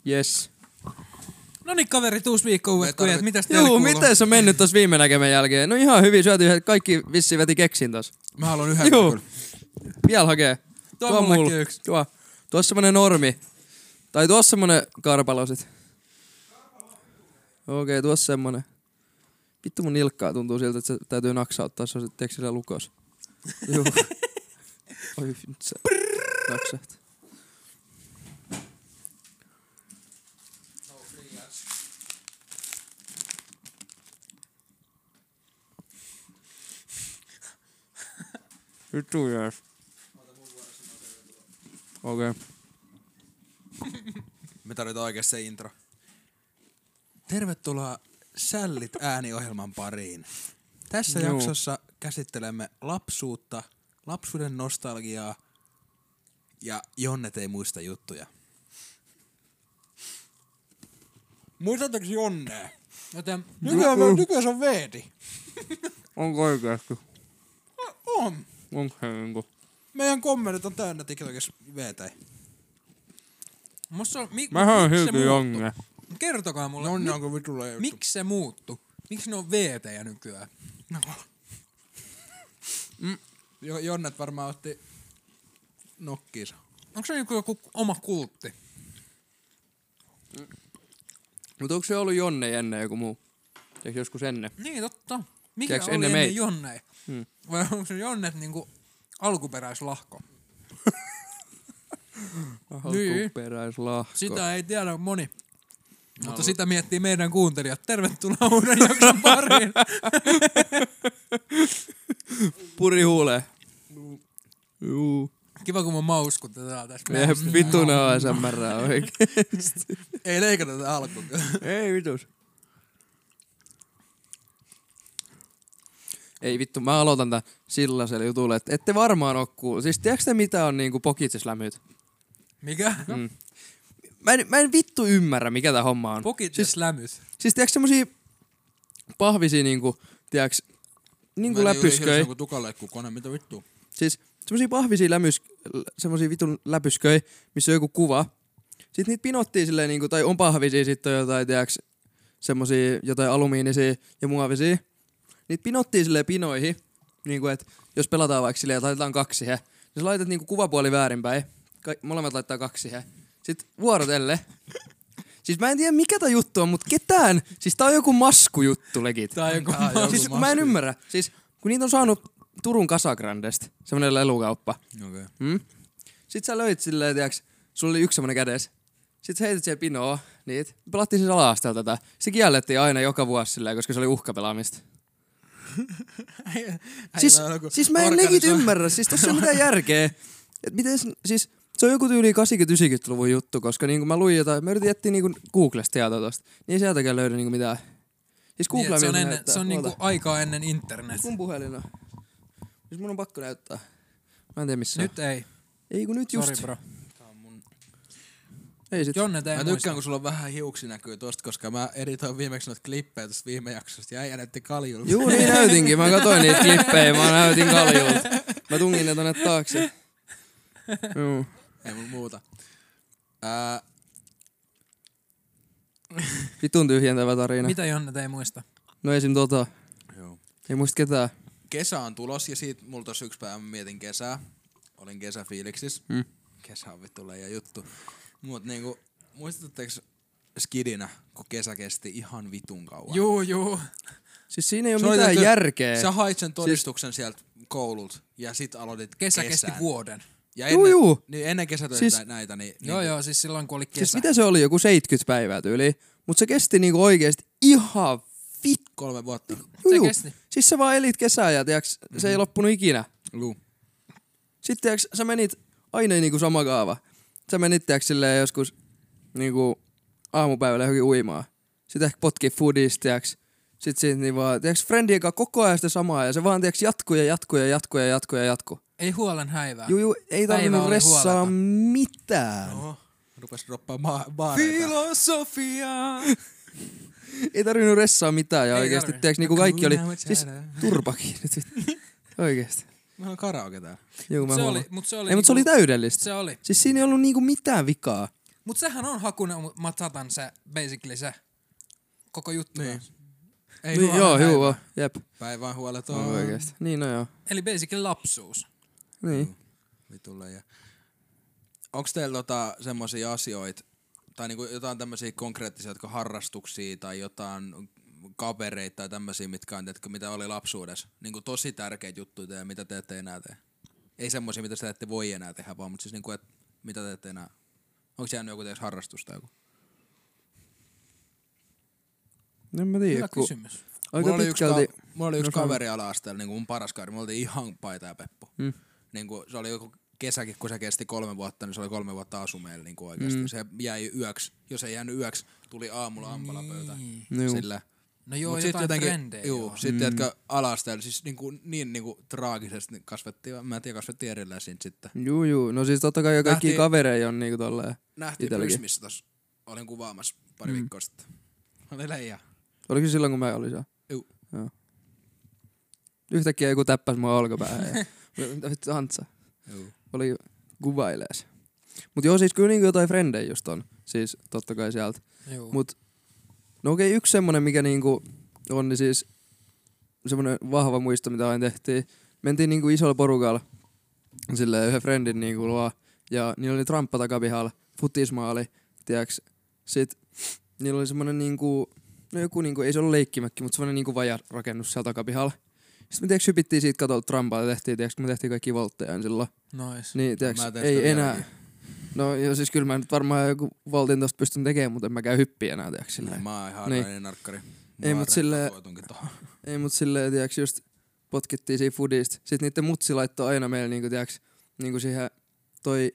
Yes. Noniin kaverit, uusi viikko, uudet kujat. Mitäs teille kuuluu? Miten se on mennyt tossa viime näkemän jälkeen? No ihan hyvin, syötiin kaikki vissiin veti keksin tossa. Mä haluan yhden kyllä. Vielä hakee. Tuo mullekin yksi. Tuossa semmonen normi. Tai tuossa semmonen karpalo sit. Okei, tuossa semmonen. Vittu mun nilkkaa tuntuu siltä, että se täytyy naksauttaa, se on sit teksillä lukos. Juu. Oi, nyt se naksahti. Vittu jees. Okei. Me tarvitaan oikeesti se intro. Tervetuloa Sällit ääniohjelman pariin. Tässä jaksossa käsittelemme lapsuutta, lapsuuden nostalgiaa ja Jonnet ei muista juttuja. Muistatteko Jonnea? Joten Nykyään se on Veeti. Onko oikeesti? On. Onko se niinku? Meidän kommentit on täynnä TikTokissa Veetä. Mä oon silti Jonne. Kertokaa mulle, Jonne onko vitulla juttu? miksi se muuttu? Miksi ne on VT:jä nykyään? No. Jonnet varmaan otti nokkiinsa. Onko se joku oma kultti? Mut onko se ollut Jonne ennen joku muu? Eikö joskus ennen? Niin, totta. Mikä Tiedätkö oli ennen ennen meitä? Jonne? Vai onko se Jonnet niinku alkuperäislahko? Alkuperäislahko. Sitä ei tiedä moni. Mutta sitä miettii meidän kuuntelijat. Tervetuloa uuden jakson pariin. Puri huulee. Juu. Kiva kun mä mauskutetaan tässä. Meidän vitun ASMR oikeesti. Ei leikata tätä alkuun. Ei vitus. Ei vittu, mä aloitan tän sellaisella jutulla, että ette varmaan oo kuullut. Siis tiedätkö te mitä on niinku pokitseslämyt? Mikä? Mä en vittu ymmärrä mikä tää homma on. Pokitseslämys. Siis tiedätkö semmosia pahvisia niinku, tiedätkö, niinku läpysköi. Mä en joku tukanleikkukone, mitä vittu? Siis semmosia pahvisia semmosia vitun läpysköi, missä on joku kuva. Sitten niitä pinottiin silleen niinku, tai on pahvisia, sit on jotain, tiedätkö, semmosia jotain alumiinisia ja muovisia. Niitä pinottiin silleen pinoihin, niinku että jos pelataan vaikka silleen, että laitetaan 2 siihen, niin sä laitat niinku kuvapuoli väärinpäin, molemmat laittaa 2 siihen. Sitten vuorotelle. Siis mä en tiedä mikä tää juttu on, mut ketään, siis tää on joku maskujuttu legit. Tää on joku Siis mä en ymmärrä, siis kun niitä on saanut Turun Casagrandesta, semmonen lelukauppa. Okei. Sit sä löit silleen, tiiäks, sulla oli yksi semmonen kädes. Sit sä heitit siellä pinoa niitä. Pelattiin siis ala-asteella tätä. Se kiellettiin aina joka vuosi silleen, koska se oli uhkapelaamista. Siis mä en legit ymmärrä, siis tossa ei ole mitään järkeä. Et miten, siis se on joku tyyli 80-90-luvun juttu, koska niinku mä luin jotain, mä yritin etsiä niinku Googlesta tietoa tosta. Niin ei sieltäkään löydy niinku mitään. Siis Googlaa niin, se on niinku aikaa ennen internet. Mun puhelin on. Siis mun on pakko näyttää. Mä en tiedä missä Nyt ei. Ei kun nyt just. Sori bro. Ei sit. Jonnet ei Mä muista. tykkään, kun sulla on vähän hiuksi näkyy tosta, koska mä editoin viimeksi noita klippejä tosta viime jaksosta ja äijä näytti kaljulta. Juu, niin näytinkin. Mä katsoin niitä klippejä, mä näytin kaljulta. Mä tungin ne tonne taakse. Juu. Ei mun muuta. Vitun tyhjentävä tarina. Mitä Jonnet ei muista? No esim Joo. Ei muista ketään. Kesä on tulos ja siitä mulla tossa yksi päivä mä mietin kesää. Olin kesäfiiliksissä. Kesä on vittu leija juttu. Mut niinku, muistatteko skidinä, kun kesä kesti ihan vitun kauan? Juu. Siis siinä ei oo mitään järkeä. Sä hait sen todistuksen sieltä koululta ja sit aloitit Kesä kesän. kesti vuoden. Ja ennen, Juu. Niin ennen kesätöitä Siis- näitä, niin... Joo, siis silloin kun oli kesä. Siis mitä se oli? Joku 70 päivää tyyliin. Mut se kesti niinku oikeesti ihan 3 vuotta. Se kesti. Siis sä vaan elit kesää ja tiiäks, se ei loppunut ikinä. Juu. Sitten tiiäks, sä menit aina niinku sama kaava. Sä menit tiiäks silleen joskus niinku aamupäivällä johonkin uimaan. Sitten ehkä potki foodista tiiäks. Sitten siitä niin vaan, tiiäks, friendien kanssa koko ajan sitä samaa ja se vaan tiiäks jatkuu. Ei huolen häivää. Juu, ei Päivä tarvinnut oli ressaa huoleta. mitään. Oho. Rupes droppaa baareita. Filosofia. Ei tarvinnut ressaa mitään ja Ei oikeesti tarvi. tiiäks niinku kaikki oli, siis turpakin nyt. Oikeesti. Meillä on karaoke täällä. Juu, mä Se huomaan. oli, mut se oli Ei, mut se oli täydellistä. Se oli. Siis siinä ei ollut niinku mitään vikaa. Mut sehän on Hakuna Matatan se, basically se koko juttu. Niin. Ei Niin, joo, jep. Päivän huolet On on. oikeesti. Niin, no joo. Eli basically lapsuus. Niin. Vitulle. Ja... Onks teillä semmosia asioita, tai niinku jotain tämmösiä konkreettisia jotka harrastuksia tai jotain kavereita tai tämmösiä, mitkä on, teetkö, mitä oli lapsuudessa? Niinku tosi tärkeitä juttuja ja mitä te ette enää tee. Ei semmosia, mitä te ette voi enää tehdä, vaan mutta siis niinku, että mitä te ette enää. Onko jäänyt joku teistä harrastusta joku? En mä tiedä, Hyvä kysymys. aika pitkälti... Mulla oli yksi kaveri ala-asteella, niinku mun paras kaveri. Me oltiin ihan paita ja peppu. Mm. Niinku, se oli joku kesäkin, kun se kesti 3 vuotta, niin se oli 3 vuotta asu meillä niinku oikeesti. Se jäi yöksi. Jos ei jäänyt yöksi, tuli aamulla ampalapöytään. Niin. Sillä. No joo, Mut jotain frendejä. juu, sitten jotka ala-asteella siis niin traagisesti kasvettiin. Mä en tiedä, kasvettiin erillään siitä sitten. Juu. No siis totta kai jo kaikki Nähtiin- kavereja on niinku tolleen. Nähtiin Itelläkin. Prismissä tossa. Olin kuvaamassa pari viikkoa sitten. Oli leijä. Oliko se silloin, kun mä olin siellä? Juu. Joo. Yhtäkkiä joku täppäs mua olkapäähän ja... Mitä vittu Antsa? Juu. Oli kuvailees. Mut joo, siis kyllä niinku jotain frendejä just on. Siis totta kai sieltä. Joo. Mut no okei, yksi semmonen mikä niinku on, niin siis semmonen vahva muisto, mitä aina tehtiin. Mentiin niinku isolla porukalla silleen yhden friendin niinku luo. Ja niillä oli tramppa takapihalla, futismaali, tiiäks. Sit niillä oli semmonen niinku, no joku niinku, ei se ollut leikkimäkki, mutta semmonen niinku vajarakennus siellä takapihalla. Sitten me tiiäks hypittiin siitä katolta trampaa ja tehtiin, tiiäks, kun me tehtiin kaikki voltteja silloin. Nice. Niin tiiäks, Mä teen ei sitä enää. vieläkin. No joo, siis kyllä mä nyt varmaan joku voltin tosta pystyn tekemään, mutta en mä käy hyppiä enää, tiiäks silleen. Mä oon ihan niin. Narkkari. Ei, mut silleen- tohon. Ei mut silleen, tiiäks, just potkittiin siitä foodista. Sitten niitten mutsi laittoi aina meille niinku, tiiäks, niinku siihen toi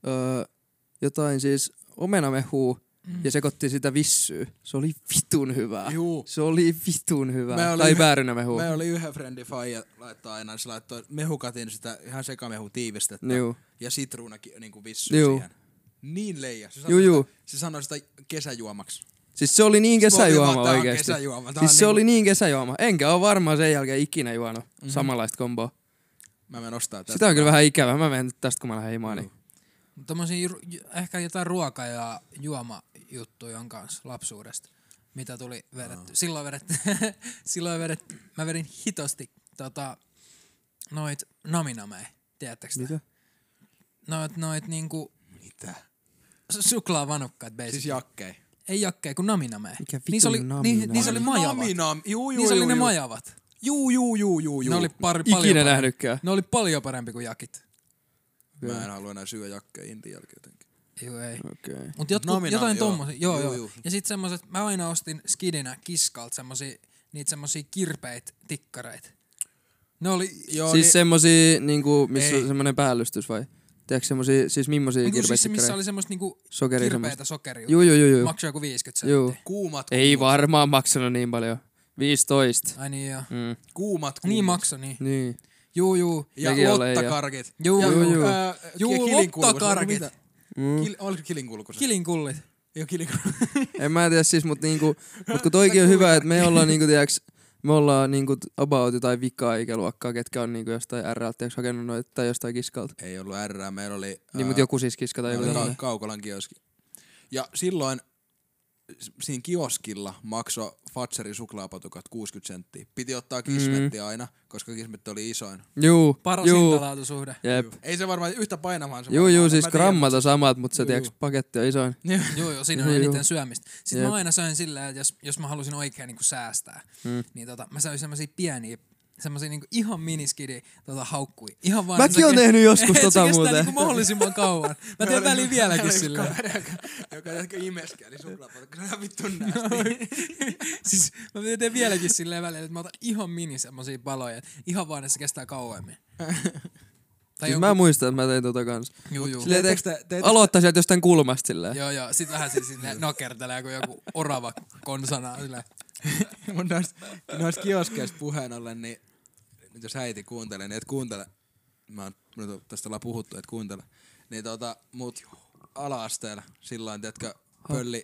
jotain siis omenamehua ja sekoitti sitä vissyä. Se oli vitun hyvää. Juu. Se oli vitun hyvää. Me oli Tai yhä- väärynämehua. Me oli yhden friendin faija laittaa aina, se laittoi mehukatin sitä ihan sekamehu tiivistettä. Juu. Ja sitruunakin niinku vissyä Juu. siihen. Niin leijä. Se Juu. Se sanoi sitä kesäjuomaksi. Siis se oli niin kesäjuoma Tää on oikeesti. kesäjuoma. Tää Siis on se niinku- oli niin kesäjuoma. Enkä oo varmaan sen jälkeen ikinä juonut samanlaista komboa. Mä menen ostaa tästä. Sitä on kyllä vähän ikävää. Mä menen nyt tästä, kun mä lähden himaan. Niin. Tommosia ehkä jotain ruoka- ja juomajuttuja on kans lapsuudesta, mitä tuli vedetty. Silloin vedetty, mä vedin hitosti noit naminameja, tiedättekö te? Mitä? Noit niinku Mitä? suklaavanukkaat basically. Siis jakkei. Ei jakkeja, kun naminameja. Mikä Niissä oli, vitun naminame? niissä oli majavat. Juu. Niissä oli ne majavat. Juu. Ne oli paljon Ikinä parempi. nähnytkään. Ne oli paljon parempi kuin jakit. Mä en halua enää syödä jakkeja Intin jälkeen jotenkin. Joo, ei. Okei. Mut Naminame, jotain joo. tommosia. Joo. Juu. Ja sit semmoset, mä aina ostin skidinä Kiskalta semmosia kirpeitä tikkareita. Ne oli, Joo, Siis niin, semmosia niinku, missä Ei. on semmonen päällystys vai? Tiedätkö semmosia, siis mimmosia niinku siis kirpeitä? missä oli semmoista niinku Sokeri kirpeitä sokeria. Juu. Maksoi joku 50 Juu. senttiä. kuumat Ei kummut. varmaan maksanut niin paljon. 15. Ai niin joo. Kuumat Niin kummut. maksoi niin. Niin. Juu. Ja Nekin on leija. lottakarkit. Juu. Ja, Juu. Juu, kilinkulkuset. lottakarkit. Mitä? Oliko kilinkulkuset? Kilinkullit. Ei oo kilinkulkuset. En mä tiedä siis, mut niinku, mut kun toikin on hyvä, että me ollaan niinku, tiiäks, me ollaan niinku about jotain vikaa ikäluokkaa, ketkä on niinku jostain RL:ltä tiiäks hakenut noita tai jostain Kiskalta. Ei ollut R, meillä oli... Niin, mut joku siis Kiska tai joku oli tällainen. Kaukolan kioski. Ja silloin siinä kioskilla maksoi Fatserin suklaapatukat 60 senttiä. Piti ottaa Kismetti aina, koska Kismetti oli isoin. Juu, Paras juu, hintalaatusuhde. jep. Ei se varmaan yhtä painamaan se Juu, varmaan, siis mä tiedän, grammat on samat, mut se Juu. tiiäks paketti on isoin. Joo, siinä Juu, on juu. eniten syömistä. Sitten Jep. mä aina söin silleen, että jos mä halusin oikein niinku säästää, niin mä söin semmosia pieniä, semmosia niinku ihan miniskidi haukkuja. Ihan vaan, Mäkin oon tehnyt joskus että se tota kestää muuten. niinku mahdollisimman kauan. Mä teen väliin vieläkin Meillä oli silleen. kaveri, joka ehkä imeskeli suklaapatukka. Se on ihan vittun näästi. Siis mä teen vieläkin silleen välillä, että mä otan ihan mini semmosia paloja. Ihan vaan, että se kestää kauemmin. Tai Siis mä muistan, että mä tein tota kans. Juu. Silleen, Teettekö te- aloittaa sieltä jostain kulmasta silleen. Joo. Sit vähän silleen nokertelee, kun joku orava konsana silleen. Mun noista kioskeista puheen ollen, niin nyt jos äiti kuuntelee, niin et kuuntele. Tästä ollaan puhuttu, et kuuntele. Niin mut ala-asteella silloin, tiedätkö, pölli,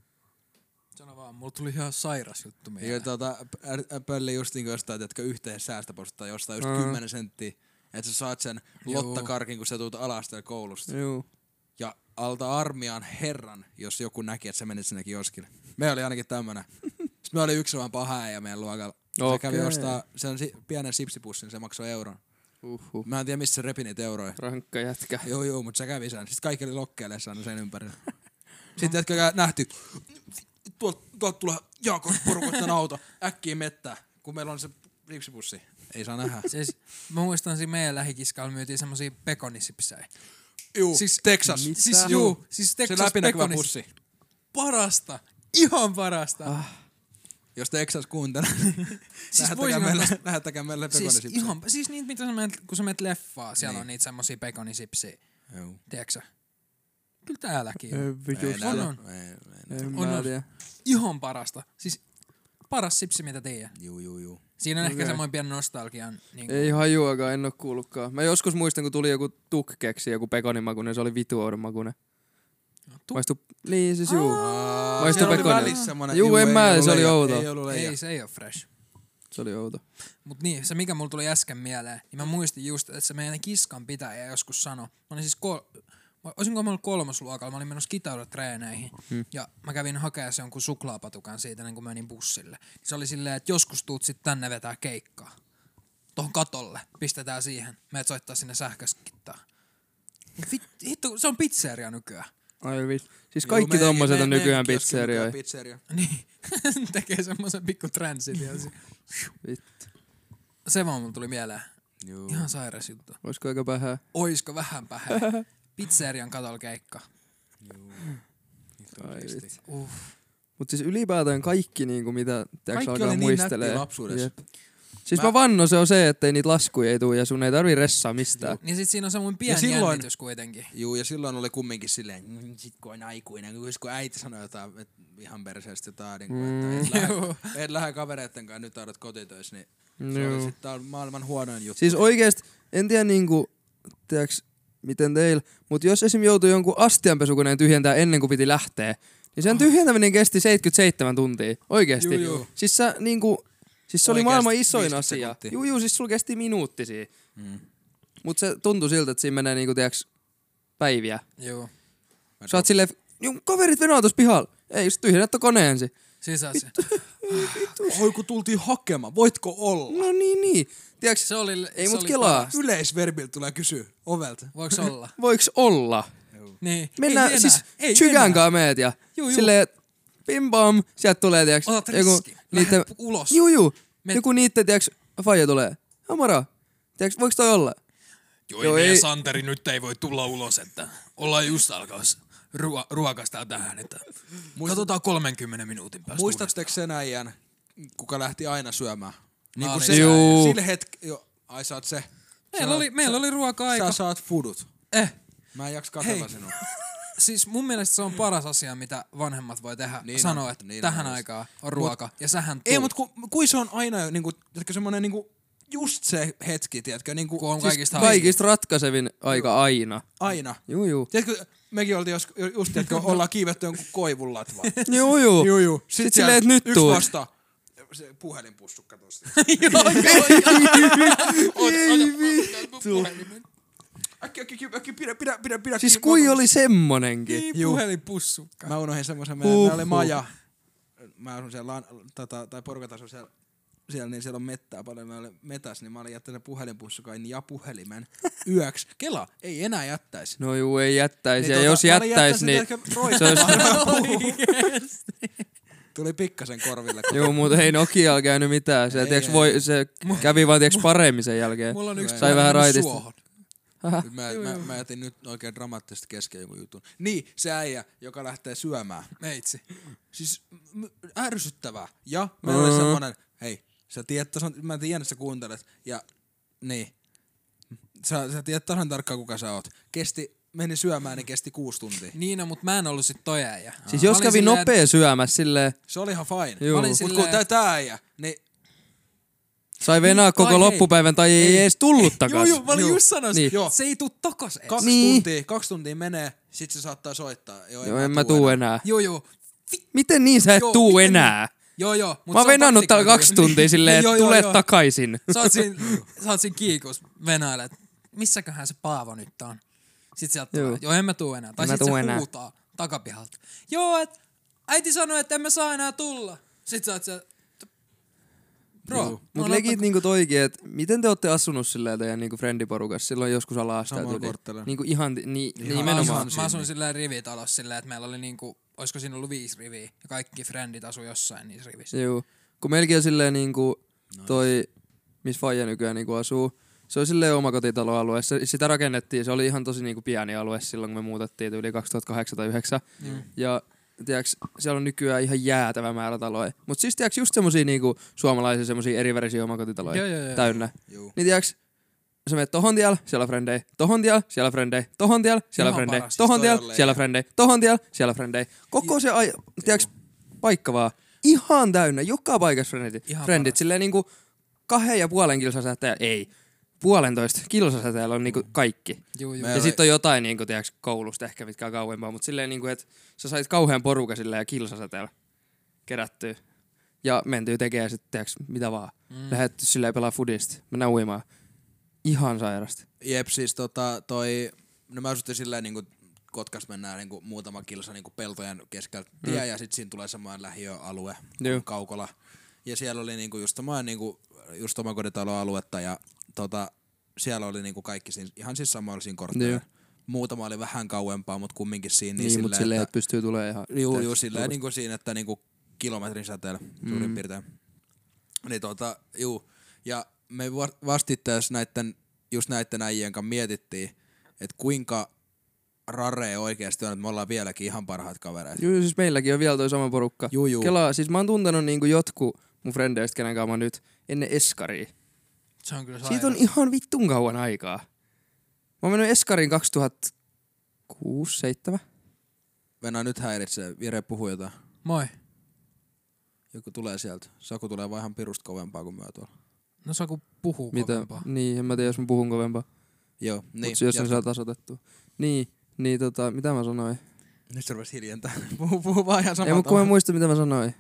Sano vaan, mulla tuli ihan sairas juttu ja mieleen. pölli just niinku jostain, tiedätkö, yhteen säästöposesta tai jostain just 10 senttiä. Että sä saat sen Juu. lottakarkin, kun sä tuut ala-asteella koulusta. Juu. Ja alta armian herran, jos joku näki, että sä menit sinne kioskille. Me oli ainakin tämmönen. Sitten me oli yksi vaan paha äijä meidän luokalla. Se kävi ostaa sen pienen sipsipussin, se maksoi euron. Mä en tiedä, missä se repi niitä euroja. Rankka jätkä. Joo, mutta se kävi sen. Sitten kaikki oli lokkeelle saanut sen ympärillä. Sitten jätkä nähty, tuolta tulee Jaakon porukottan auto, äkkiä mettää, kun meillä on se ripsipussi. Ei saa nähdä. Siis mä muistan siinä meidän lähikiskalla myytiin semmosia pekonisipsejä. Juu, Siis- Texas. Siis Se Texas läpinäkyvä pekonis. pussi. Parasta. Ihan parasta. Jos Texas kuuntelee, Siis lähettäkää meille pekonisipsiä. Siis niitä, mitä sä menet, kun sä menet leffaan, siellä on niitä semmosia pekonisipsiä. Joo. Tiedätkö? Kyllä täälläkin on. On. En tiedä. Ihan parasta. Siis paras sipsi, mitä tiedän. Juu. Siinä on ehkä semmoinen pieni nostalgian. Niin Ei hajuakaan, en oo kuullutkaan. Mä joskus muistan, kun tuli joku tukkeksi, joku pekonimakunen, se oli vituoudon makunen. Maistu, niin siis juu. Maistu pekonille. Juu, en mä, se oli outo. Ei, se ei oo fresh. Se oli outo. Mut niin, se mikä mulla tuli äsken mieleen, niin mä muistin just, että se meidän kiskan pitäjä joskus sanoi. Mä olin siis olisinko mä ollut kolmosluokalla, mä olin menossa kitauratreeneihin ja mä kävin hakemaan se jonkun suklaapatukan siitä, niin kun menin bussille. Se oli silleen, että joskus tuut sit tänne vetää keikkaa. Tohon katolle, pistetään siihen. Meet soittaa sinne sähköskittaa. Hitto, se on pizzeria nykyään. Ai vittu. Siis kaikki tommoset on nykyään pizzerioja. Niin, tekee semmosen pikku transition. Vittu. Se vaan mulla tuli mieleen. Juu. Ihan sairas juttu. Oisko aika pähää? Oisko vähän pähä? Pizzerian katolla keikka. Ai vittu. Mut siis ylipäätään kaikki niinku mitä tiiäks alkaa muistelee. Nättiä lapsuudessa. Siis mä vannon se on se, ettei niitä laskuja ei tuu ja sun ei tarvii ressaa mistään. Niin sit siinä on semmoinen pieni jännitys kuitenkin. Juu, ja silloin oli kumminkin silleen, sit kun on aikuinen, kun äiti sanoi jotain ihan perseestä jotain, että et lähde kavereitten kanssa, nyt taudat kotitöissä, niin se oli sit maailman huonoin juttu. Siis oikeesti, en tiedä niinku, tiiäks miten teillä, mut jos esim joutuu jonkun astianpesukoneen tyhjentää ennen kuin piti lähteä, niin sen tyhjentäminen kesti 77 tuntia. Oikeesti. Juu. Siis sä niinku, siis se oli Oikeesti maailman isoin 50 asia. sekuntia. Juu, siis sulla kesti minuutti siinä. Mut se tuntui siltä, että siinä menee niinku tiiäks päiviä. Joo. Sä oot silleen, kaverit venoo tuossa pihalla. Ei, just tyhjennettä koneen ensin. Siis se. Oi kun tultiin hakemaan, voitko olla? No niin. Tiedätkö, Se oli, ei se mut oli kelaa. parasta. Yleisverbiltä tulee kysyä ovelta. Voiks olla? Voiks olla? Niin. Mennään, ei siis ei Chygän kaa meet ja Juu. silleen, bim bam, sieltä tulee, tiiäks, Otat riski. Lähde ulos. Juu. Joku niitten, tiiäks, faija tulee. Moro. Tiiäks, voiks toi olla? Joo, ei. Santeri nyt ei voi tulla ulos, että ollaan just alkaas ruokastaa tähän, että katsotaan 30 minuutin päästä. Muistatteko sen äijän, kuka lähti aina syömään? Niin kuin olin se, Juu. sillä ai saat se. Meillä oli ruoka-aika. Sä saat foodut. Mä en jaksa katsella sinua. Siis mun mielestä se on paras asia, mitä vanhemmat voi tehdä. Niin sanoa, on, että niin tähän on. aikaan on ruoka ja sähän tuut. Ei, mut kui se on aina niinku, semmonen niinku, just se hetki, tiedätkö? Niinku, Kun on siis Kaikista ratkaisevin aika aina. aina. Juu. Tiedätkö, mekin oltiin just, tiedätkö, ollaan kiivetty jonkun koivun latvaan. Juu. Sitten silleen, et nyt yksi tuu. vasta. Se puhelinpussukka tosta. Ei vittu. Äkki, pidä. Siis kui oli semmonenkin. Niin, puhelinpussukka. Mä unohdin semmoisen, meillä oli maja. Mä asun siellä, tai porukat asun siellä, niin siellä on mettää paljon. Mä olin metäs, niin mä olin jättänyt puhelinpussukain ja puhelimen yöksi. Kela, ei enää jättäisi. No juu, ei jättäisi. Niin Ja jos jättäisi, niin se olisi... Tuli pikkasen korville. Joo, mutta ei Nokialla käynyt mitään. Se, se kävi vaan paremmin sen jälkeen. Mulla on yksi sai vähän raitista. suohon. Mä jätin nyt oikein dramaattisesti kesken joku jutun. Niin, se äijä, joka lähtee syömään. Meitsi. Siis ärsyttävää. Ja meillä oli semmonen, hei, sä tiedät mä tiedän, että sä kuuntelet. Ja niin, sä tiedät tasan tarkkaan, kuka sä oot. Meni syömään, niin kesti 6 tuntia. Niin, no, mut mä en ollut sit toi äijä. Siis jos kävi nopea syömässä silleen... Se oli ihan fine. Juu. Mut kun tää äijä, niin... Sai venaa koko loppupäivän tai ei edes tullut takas. Joo, mä olin just sanossa. Niin. Se ei tuu takas edes. 2 tuntia menee, sit se saattaa soittaa. Joo, en mä tuu enää. Joo. Miten niin sä et tuu enää? Joo. Mä oon venannut täällä 2 tuntia silleen, että tule takaisin. Sä oot siinä kiikus venäillä, että missäköhän se Paavo nyt on. Sit sieltä tulee, joo en mä tuu enää. Tai En mä sit tuu se enää. huutaa takapihalta. Joo, et äiti sanoi, että en mä saa enää tulla. Sit sä oot se, bro. Mut legit niinku toikin, että miten te ootte asunut silleen teidän niinku friendiporukassa silloin joskus ala-asteella? Samalla korttelilla. Niinku ihan, nimenomaan. Mä asuin silleen rivitalossa silleen, että meillä oli niinku, oisko siinä ollut 5 riviä. Ja kaikki friendit asu jossain niissä rivissä. Joo. Kun meilläkin on silleen niinku toi, missä faija nykyään niinku asuu. Se on silleen omakotitaloalue. Sitä rakennettiin, se oli ihan tosi niinku pieni alue silloin, kun me muutettiin yli 2008 tai 2009. Ja tiiäks, siellä on nykyään ihan jäätävä määrä taloja. Mut siis tiiäks just semmosia niinku suomalaisia semmosia erivärisiä omakotitaloja Joo. täynnä. Juu. Niin tiiäks, sä menet tohon tiellä, siellä on frendei, tohon tiellä, siellä on frendei, tohon tiellä, siellä on Ihan frendei, paras. tohon Toi tiellä, on siellä on frendei, tohon tiellä, siellä on frendei. Koko se tiiäks, paikka vaan ihan täynnä, joka paikassa Ihan frendit. paras. Silleen niinku 2,5 kilsasäteellä, ei, 1,5 kilsasäteellä on niinku kaikki. Juu. Me- Ja sit on jotain niinku tiiäks koulusta ehkä, mitkä on kauempaa, mut silleen niinku, että sä sait kauhean poruka silleen kilsasäteellä kerättyä. Ja mentyy tekee sit tiiäks mitä vaan. Lähetty silleen pelaa fudista, mennään uimaan. Ihan sairasta. Jep, siis no mä asuttiin silleen niinku Kotkasta mennään niinku muutama kilsa niinku peltojen keskeltä tie ja sit siinä tulee semmoinen lähiöalue, Joo. Kaukola. Ja siellä oli niinku just semmoinen niinku just omakotitaloaluetta ja siellä oli niinku kaikki siinä, ihan siis samoilla siinä kortteilla. Joo. Muutama oli vähän kauempaa, mut kumminkin siinä. Niin, mut silleen, että pystyy tulee ihan... Juu, silleen niinku siinä, että niinku kilometrin säteellä suurin piirtein. Niin juu. Ja me vastittais just näitten äijien kanssa mietittiin, että kuinka rare oikeesti on, että me ollaan vieläkin ihan parhaat kavereita. Joo, siis meilläkin on vielä toi sama porukka. Juu. Kelaa, siis mä oon tuntenut niinku jotkut mun frendeistä, kenen kanssa mä nyt ennen eskaria. Se on kyllä Siitä on ihan vittun kauan aikaa. Mä oon mennyt eskariin 2006-2007. Venä nyt häiritsee, Jere puhuu jotain. Moi. Joku tulee sieltä. Saku tulee vaan ihan pirusta kovempaa kuin myö tuolla. No Saku puhuu Mitä? kovempaa. Niin, en mä tiedä, jos mä puhun kovempaa. Joo, niin. Mut jos sen saa tasoitettua. Niin, mitä mä sanoin? Nyt se rupesi hiljentää. puhuu vaan ihan Ei, samalta. mut kun mä muista, mitä mä sanoin.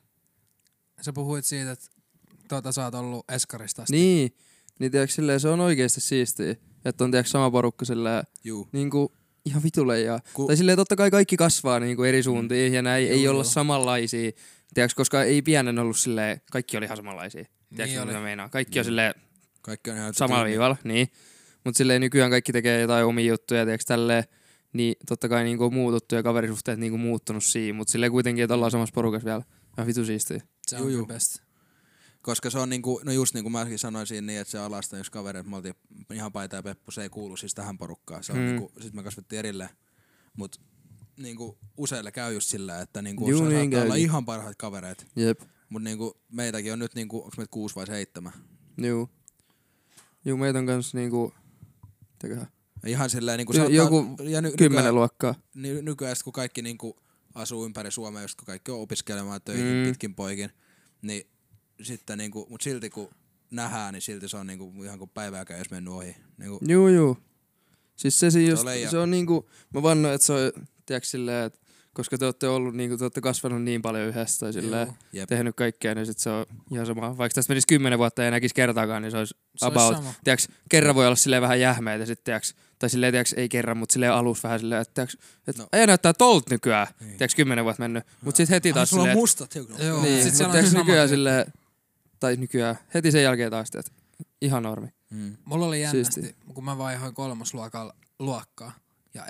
Sä puhuit siitä, että sä oot ollut eskarista asti. Niin tiedätkö, silleen, se on oikeesti siistiä, että on tiedätkö, sama porukka silleen, Juu. niinku ihan vitulle ja... Ku- Tai silleen totta kai kaikki kasvaa niinku eri suuntiin ja näin ei olla samanlaisia. Tiedätkö, koska ei pienen ollut silleen, kaikki oli ihan samanlaisia. Tiedätkö, oli. mitä mä meinaan? Kaikki on silleen Kaikki on ihan samalla viivalla, niin. Mut silleen nykyään kaikki tekee jotain omia juttuja, tiedätkö, tälleen. Niin totta kai niinku on muututtu ja kaverisuhteet niinku muuttunut siinä, mut silleen kuitenkin, että ollaan samassa porukassa vielä. Ihan vitu siistiä. Se on Juu. kyllä best. Koska se on niinku, no just niinku mäkin sanoin siinä niin, että se alasta yksi kaveri, että me oltiin ihan Paita ja Peppu, se ei kuulu siis tähän porukkaan. Se on niinku, sit me kasvettiin erilleen. Mut niinku useille käy just sillä, että niinku Juu, se niin saattaa olla käykin. ihan parhaat kavereet. Jep. Mut niinku meitäkin on nyt niinku, onks meitä 6 vai 7? Juu, meitä on kans niinku... Mitäköhän? Ja ihan silleen niinku Joku 10 luokkaa. nykyään kun kaikki niinku asuu ympäri Suomea, just kun kaikki on opiskelemaan töihin pitkin poikin, niin sitten niinku, mut silti kun nähdään, niin silti se on niinku ihan kuin päivääkään jos mennyt ohi. Niinku, Juu. Siis se on niinku, mä vannoin, että se on, tiedätkö silleen, että koska te ootte ollut niinku, te ootte kasvanut niin paljon yhdessä tai silleen, jep. tehnyt kaikkea, niin sit se on ihan sama. Vaikka tästä menisi 10 vuotta ja näkisi kertaakaan, niin se olisi about, sama. tiedätkö, kerran voi olla silleen vähän jähmeitä ja sit tiedätkö, tai silleen, tiedätkö, ei kerran, mutta silleen alus vähän silleen, että tiedätkö, että No. ei näyttää tolt nykyään, tiedätkö, 10 vuotta mennyt, mut sit heti taas Sulla on silleen, mustat hiukset. Joo, niin, sit mut siellä on tiedätkö, sama nykyään tyyppi. silleen, tai nykyään, heti sen jälkeen taas, että ihan normi. Mulla oli jännästi, Siisti. kun mä vaihoin 3. luokkaa ja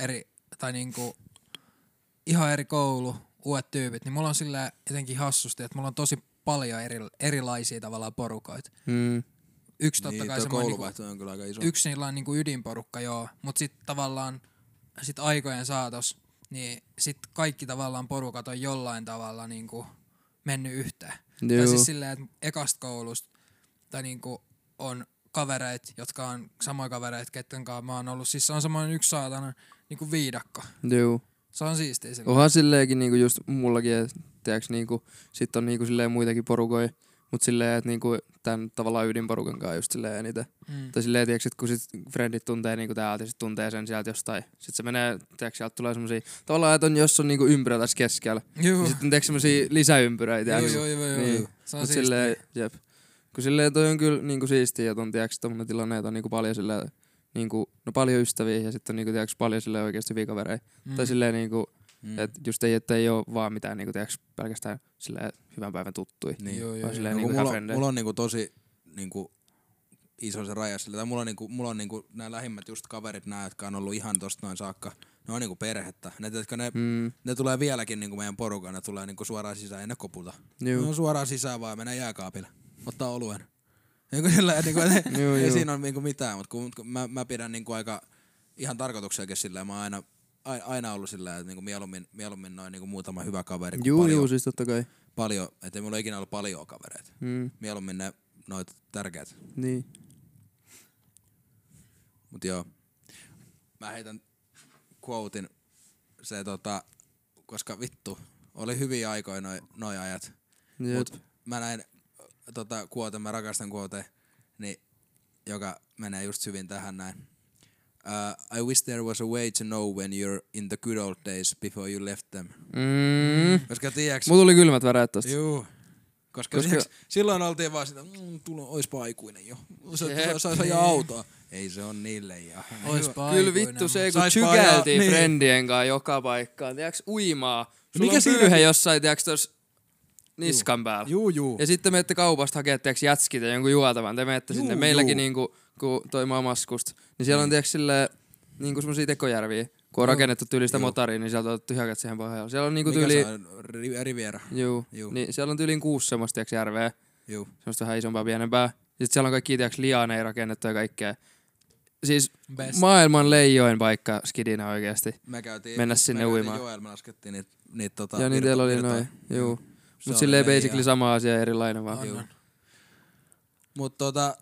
ihan eri koulu, uudet tyypit, niin mulla on silleen jotenkin hassusti, että mulla on tosi paljon erilaisia tavallaan porukoita. Yksi totta Niin, kai toi semmoinen kouluvaihto on kyllä aika iso. yksi niillä on niinku ydinporukka, joo, mut sit tavallaan sit aikojen saatos, niin sit kaikki tavallaan porukat on jollain tavalla niinku mennyt yhteen. Tai Juu. siis silleen, että ekasta koulusta tai niinku on kavereita, jotka on samoja kavereita, ketten kanssa mä oon ollut. Siis se on semmoinen yksi saatana niinku viidakko. Juu. Se on siistiä silleen. Onhan silleenkin niinku just mullakin, että tiiäks niinku, sit on niinku silleen muitakin porukoja, mut silleen, että niinku tän tavallaan ydinporukan kanssa just silleen eniten. Tai silleen, tiiäks, että kun sit friendit tuntee niinku täältä ja sit tuntee sen sieltä jostain. Sit se menee, tiiäks, sieltä tulee semmosia, tavallaan, että jos on niinku ympyrä tässä keskellä, Juu. niin sitten tiiäks semmosia lisäympyröitä. Joo, tiiäks. joo. Niin. Se on Mut siistiä. silleen, jep. Kun silleen toi on kyllä niinku siistiä, että on tiiäks tommonen tilanne, että on niinku paljon silleen niinku, no paljon ystäviä ja sitten on niinku, tiiäks, paljon silleen oikeesti hyviä kavereita. Tai silleen niinku, että just ei oo vaan mitään niinku, tiiäks, pelkästään silleen hyvän päivän tuttui. Niin. Vaan silleen No, niinku mulla on niinku tosi niinku iso se raja sille. Tai mulla on niinku nää lähimmät just kaverit nää, jotka on ollut ihan tosta noin saakka. Ne on niinku perhettä. Ne tulee vieläkin niinku meidän porukan, ne tulee niinku suoraan sisään, ei ne koputa. Ne on suoraan sisään vaan, mennään jääkaapille. Ottaa oluen. Niinku sillä, niinku, ei siinä ole niinku mitään, mutta kun mä pidän niinku aika ihan tarkoituksellakin silleen, mä oon aina ollut silleen, että niinku mieluummin noin niinku muutama hyvä kaveri. Juu, siis totta kai. Paljon, ettei mulla ikinä ollut paljon kavereita. Mieluummin ne noit tärkeät. Niin. Mut joo. Mä heitän quotein se koska vittu, oli hyviä aikoja noi ajat. Jep. Mut mä näin quote, mä rakastan quote, niin joka menee just hyvin tähän näin. I wish there was a way to know when you're in the good old days before you left them. Koska tiiäks... Mulla tuli kylmät väreet tosta. Juu. Koska tiiäks, silloin oltiin vaan sitä, oispa aikuinen jo. Sais ajaa autoa. Ei se on niille ja... Kyllä vittu se, kun tsykäiltiin niin friendien kanssa joka paikkaan. Tiiäks uimaa. Sulla on pylhe jossain, tiiäks tos niskan päällä. Juu. Ja sitten menette kaupasta hakee, tiiäks jätskit ja jonkun juotavan. Te menette sinne. Meilläkin niinku, kun toi Mamaskust. Niin siellä on tiiäks silleen, niinku semmosia tekojärviä. Kun on rakennettu tyylistä motaria, niin sieltä on otettu hyökät siihen pohjalle. Siellä on niinku tyyli... Mikä se on? Riviera. Juu. Niin siellä on tyyliin 6 semmoista tiiäks järveä. Juu. Semmoista vähän isompaa, pienempää. Sitten siellä on kaikki tiiäks liaaneja rakennettu ja kaikkea. Siis maailman leijoin paikka skidinä oikeesti. Mennä sinne uimaan. Joel, me laskettiin niitä ja niin teillä oli noin. Juu. Mut silleen basically sama asia, erilainen vaan. Juu. Mut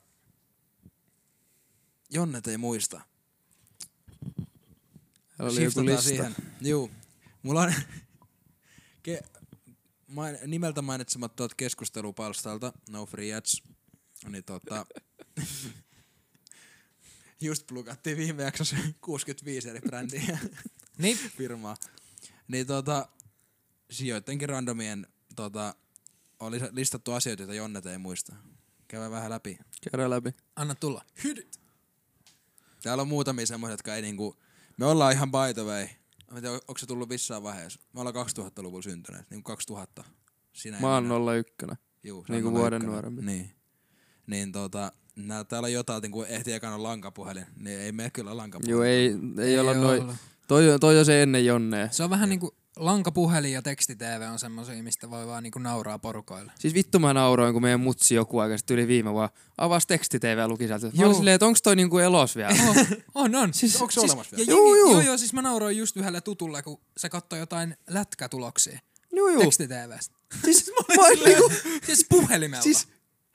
Jonnet ei muista. Oli joku lista. Siihen. Juu. Mulla on nimeltä mainitsemattomat keskustelupalstalta, No Free Ads, niin just plukattiin viime jaksossa 65 eri brändiä niin firmaa. Niin sijoittenkin randomien oli listattu asioita, joita Jonnet ei muista. Käydään vähän läpi. Käydään läpi. Anna tulla. Hydyt. Täällä on muutamia semmoisia, jotka ei niinku... Me ollaan ihan by the way. Mä en tiedä, onko se tullut missään vaiheessa. Me ollaan 2000-luvulla syntyneet. Niinku 2000. Mä oon 01. Juu, niinku vuoden nuorempi. Niin täällä on jotain, kun ehti ekana lankapuhelin. Niin ei mene kyllä lankapuhelin. Juu, ei olla noin. Toi on se ennen Jonnea. Se on vähän niinku lankapuhelin ja teksti-TV on semmosia, mistä voi vaan niinku nauraa porukoille. Siis vittu mä nauroin, kun meidän mutsi joku aika sitten yli viime vuonna avasi teksti-TV ja luki sieltä. Mä olin silleen, että onks toi niinku elos vielä? On. Siis, onko se olemassa vielä? Joo, siis mä nauroin just yhdelle tutulle, kun se katsoi jotain lätkätuloksia. Joo. Teksti-TVstä. Siis mä olin niinku... Siis puhelimelta. Siis,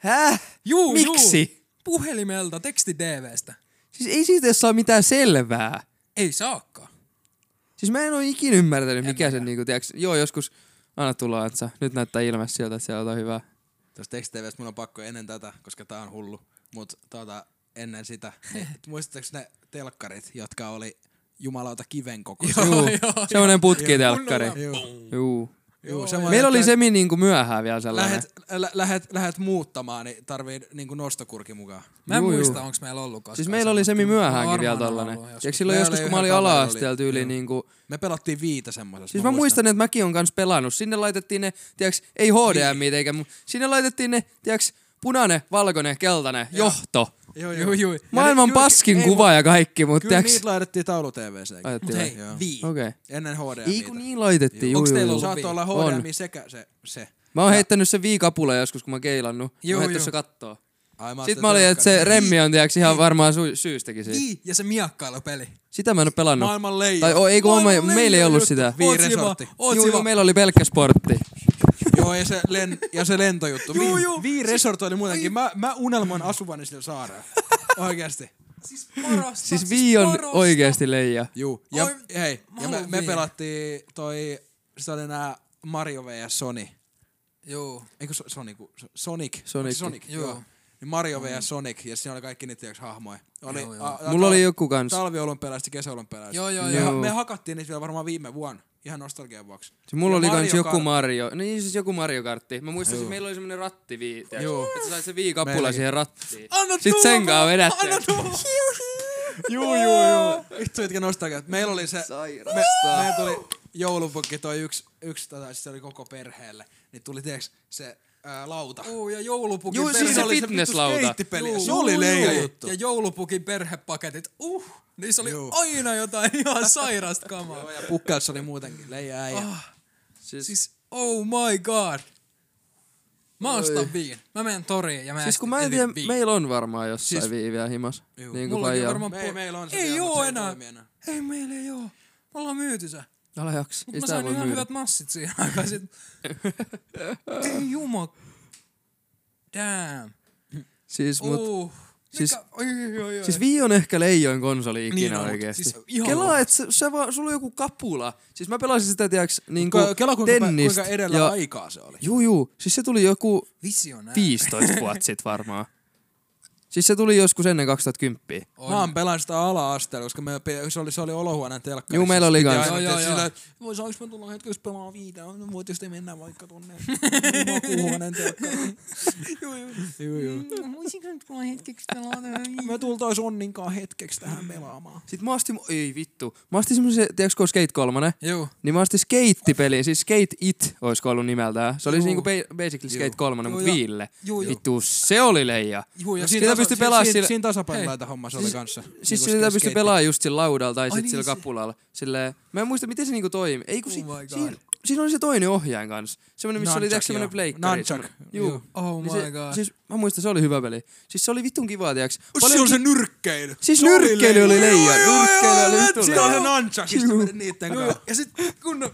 miksi? Puhelimelta, teksti-TVstä. Siis ei siitä saa mitään selvää. Ei saakaan. Siis mä en oo ikin ymmärtänyt, mikä se niinku, tiiäks, joo joskus, anna tulla Antsa, nyt näyttää ilme sieltä, että siellä on jotain hyvää. Tuosta teksti-TVstä mun on pakko ennen tätä, koska tää on hullu, mut ennen sitä, niin, muistatteko ne telkkarit, jotka oli jumalauta kiven kokoisia? Joo, semmonen putkitelkkari. Juu. Meillä oli semi niinku myöhään vielä sellainen. Lähet muuttamaan, niin tarvii niinku nostokurki mukaan. Mä en muista, onks meillä ollut koskaan. Siis meillä oli semi myöhäänkin vielä tollanen. Ja silloin joskus, kun mä olin ala-asteella tyyliin niinku... Me pelattiin 5 semmosessa. Siis mä muistan, että mäkin on kans pelannut. Sinne laitettiin ne, tiiäks, ei HDMI eikä... Sinne laitettiin ne, tiiäks, punainen, valkoinen, keltainen, johto. Joo. Maailman paskin kuva ja kaikki, mut kyllä tiiäks... niitä laitettiin taulu-TV:seen. Mut hei, Okei. Ennen HDMI. Ei kun niin laitettiin, Onks teillä juu. ollut Saattoi olla HDMI sekä se. Mä oon heittänyt sen viikapula joskus, kun mä keilannut. Mä oon heittänyt se kattoo. Ai, Sitten mä olin, että se remmi on tiiäks ihan varmaan syystäkin siinä. Ja se miakkailupeli. Sitä mä en oo pelannut. Maailman leija. Tai ei kun meillä ei ollut sitä. Viiresortti. Joo, meillä oli pelkkä sportti. Joo, ja se lentojuttu. Resort oli muutenkin. Mä unelmoin asuvani sillä saarella. Oikeesti. Siis parasta. Siis Vii on oikeesti leija. Juu. Ja hei, ja me pelattiin se oli nää Mario vs Sony. Joo. Eikö Sonic? Sonic. Joo. Niin Mario vs Sonic, ja siinä oli kaikki niitä hahmoja. Mulla oli joku kans. Talviolympialaiset ja kesäolympialaiset. Joo. Me hakattiin niitä vielä varmaan viime vuonna. Ihan nostalgian vuoksi. Mulla oli kans joku Mario. Niin siis joku Mario-kartti. Mä muistan, että meillä oli semmonen ratti Vii. Että sä sait se Vii-kappula siihen rattiin. Sitten sen kanssa vedätte. Juu. Vittu, etkä nostaa. Meillä oli se, meillä tuli joulupukki toi yksi siis se oli koko perheelle. Niin tuli tiiäks se lauta. Ja joulupukin Juu, siis se fitnesslauta. Skeittipeli. Se oli leija juttu. Ja joulupukin perhepaketit. Niissä oli aina jotain ihan sairasta kamaa. Ja pukkaus oli muutenkin leija äijä. Siis oh my god. Mä ostan viin. Mä menen toriin ja mä Siis kun mä en tiedä, meillä on varmaan jossain viiviä himas. Niin kuin mullakin faija. varmaan Meillä on se ei vielä, oo mut se ei enää. toimi enää. Ei meillä ei oo. Me ollaan myyty se. Älä jaks. Mut Ei mä sitä sain voi ihan myydä. hyvät massit siihen aikaan sit. Ei juma. Damn. Siis mut... Siis- Oi. Siis Wii on ehkä leijoin konsoli ikinä Niin on, oikeesti. siis ihan Kelaa, et sulla on joku kapula. Siis mä pelasin sitä, tiiäks, niinku Kela tennistä. kuinka edellä aikaa se oli. Juu. Siis se tuli joku Visionääri. 15 vuotta sit varmaan. Siis se tuli joskus ennen 2010. Mä oon pelannut sitä ala-asteella, koska se oli olohuoneen telkkarissa. Juu, meillä oli kans. Joo. Saanko mä tulla hetkeksi pelaamaan viitä? No voit just mennä vaikka tonne makuuhuoneen telkkariin. Joo. Voisinko nyt tulla hetkeksi pelata? Me tultais Onninkaan hetkeksi tähän pelaamaan. Sit mä ostin, ei vittu. Mä ostin semmosen, tiiäks kun on Skate 3, Joo. niin mä ostin Skate-peliin, siis Skate It oisko ollut nimeltään. Se oli niinku basically Skate 3, mut Wiille. Vittu, se oli leija. Sitä pystyi pelaa sillä... Siinä tasapainolaita homma se oli kanssa. Siis sitä pystyi pelaamaan just sillä laudalla tai sit sillä kapulalla. Silleen, mä en muista miten se niinku toimi. Ei kun siinä oli se toinen ohjaajan kanssa. Semmonen missä oli semmonen pleikkari. Nunchuck. Juu. Oh my god. Siis mä muistan se oli hyvä peli. Siis se oli vittun kivaa tiiäks. Se on se nyrkkeily. Siis nyrkkeily oli leija. Nyrkkeily oli vittu Siinä on se leija. nunchuck, ja sitten menet niitten kanssa. Ja sit kunnon...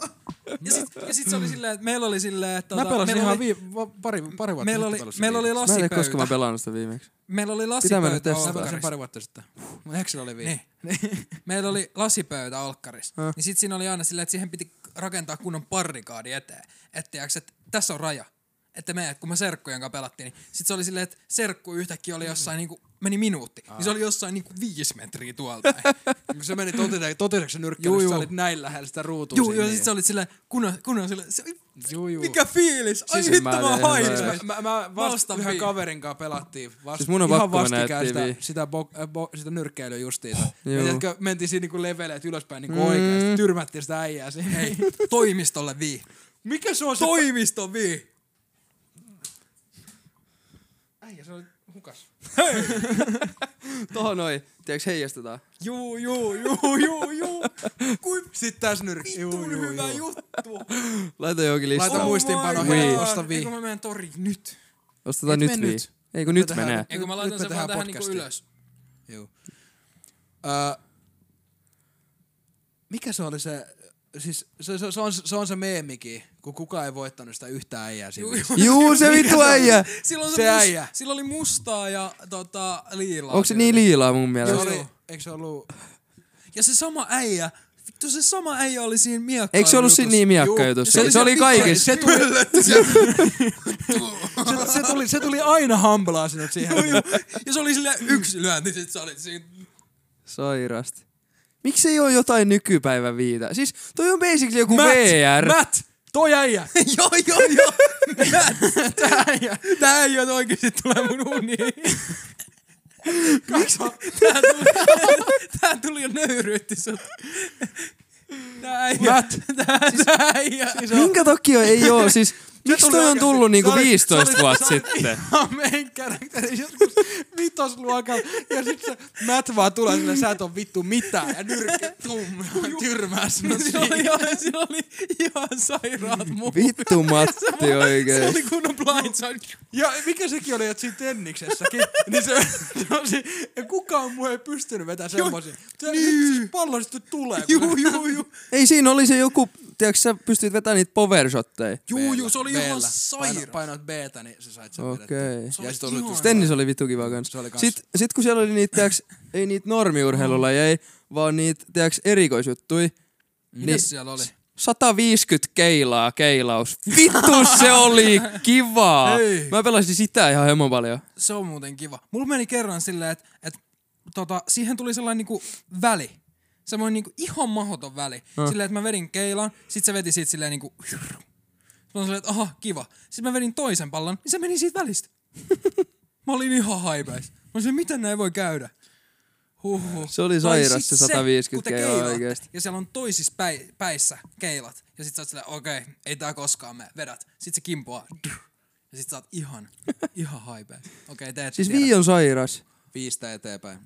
Ja sit se oli silleen, että meillä oli silleen, että... Mä pelasin ihan pari vuotta meillä oli Mä en tiedä koska mä lasipöytä. pelannut sitä viimeksi. Meillä oli Pitää mennä lasipöytä testaamaan. Mä pelasin olkkarissa. pari vuotta sitten. Ehkä sillä oli Niin. Meillä oli lasipöytä olkkarissa. Niin sit siinä oli aina silleen, että siihen piti rakentaa kunnon parrikaadi eteen. Että tässä on raja. Että kun me serkkujen kanssa pelattiin, niin sit se oli silleen, että serkku yhtäkkiä oli jossain niinku, meni minuutti. Niin se oli jossain niinku 5 metriä tuolta. Kun se meni toteseksi se nyrkkeily, sä olit näin lähellä sitä ruutua. Joo, ja sit sä olit silleen, kunnon silleen, Juu. mikä fiilis? Ai Siis hitto mä hain. Mä vasta ostan yhden Wii. kaverin kanssa pelattiin. Siis mun on ihan pakko mennä vastikään etsiä Wii. sitä nyrkkeilyä justiinsa. Joo. Ja tiedätkö, mentiin siinä niinku leveleet ylöspäin niinku oikeesti. Tyrmättiin sitä äijää siihen. Hei, toimistolle Wii. Mikä se on se? Toimiston Wii. Äijä, se oli hukas. Tohon noin. Tiedäks heijastetaan? Juu. Kuin Sitten tässä nyrkki. vittun hyvä juttu. Laita johonkin listaan. Laita muistiinpano, Wii. hei, osta Wii. Eikö mä menen toriin nyt? Ostetaan Et nyt me Wii. nyt. Ei kun nyt tehdään- menee. Eikö mä Nyt laitan me sen vaan tehdään tähän niinku podcastia. ylös? Joo. Mikä se oli se... Siis se on se meemikin, kun kukaan ei voittanut sitä yhtään äijää siinä. Juu, se vittu äijä. Silloin Se äijä. Sillä oli mustaa ja liilaa. Onko se niin liilaa mun Se mielestä? oli, eikö se ollut... Ja se sama äijä, vittu se sama äijä oli siinä miekkailujutussa. Eikö se ollut siinä niin miakkajutussa? Juu, Se oli kaikessa. Se tuli aina hamblaa sinut siihen. Ja se oli silleen yksi lyönti, sit sä olit siinä. Sairasti. Miksi ei oo jotain nykypäivän viitä? Siis toi on basically joku VR. Matt! Toi äijä! Joo. Tää äijä oikeesti tulee mun uniin. Tää tuli jo nöyryytti sut. Tää äijä. Minkä takia ei oo? Siis miksi toi on tullut niinku 15 vuotta sitten? Main karakteri joskus vitosluokalla. Ja sit se Matt vaan tulee silleen, sä et oo vittu mitään. Ja nyrkki tyrmää sinut siihen. Sillä oli ihan sairaat muut. Vittu Matti Se oikein. oli kunnon blindside. Ja mikä sekin oli, että siinä tenniksessäkin, niin ja kukaan muu ei pystynyt vetämään semmosia. Se pallo sitten tulee. Juu. Ei siinä oli se joku, tiedätkö sä pystyt vetämään niitä powershotteja? Juu, se oli ihan B-llä. saira. Painoit B-tä, niin sä sait sen Okei. vedettyä. Ja sit oli just Tennis oli vittu kiva kans. Se oli kans. Sit kun siellä oli niitä, tiedätkö, ei niitä normiurheilulajeja, vaan niitä, tiedätkö, erikoisjuttui. Mitäs siellä oli? 150 keilaa keilaus. Vittu se oli kivaa. Hei. Mä pelasin sitä ihan hemon paljon. Se on muuten kiva. Mulla meni kerran silleen, että siihen tuli sellainen niinku väli. Semmoinen niinku ihan mahdoton väli. Silleen, että mä vedin keilan, sit se veti siitä silleen niinku... Mä olin silleen, että aha, kiva. Sitten mä vedin toisen pallon, niin se meni siitä välistä. Mä olin ihan haipeis. Mä olin silleen, miten näin voi käydä? Se oli Tai sairas sit se 150 kun te keilaa keilaatte, oikeesti. ja siellä on toisissa päissä keilat. Ja sit sä oot silleen, okei, ei tää koskaan mene, vedät. Sit se kimpoaa. Ja sit sä oot ihan haipea. Okei, te ette Siis tiedä. Vii on sairas. 5 eteenpäin.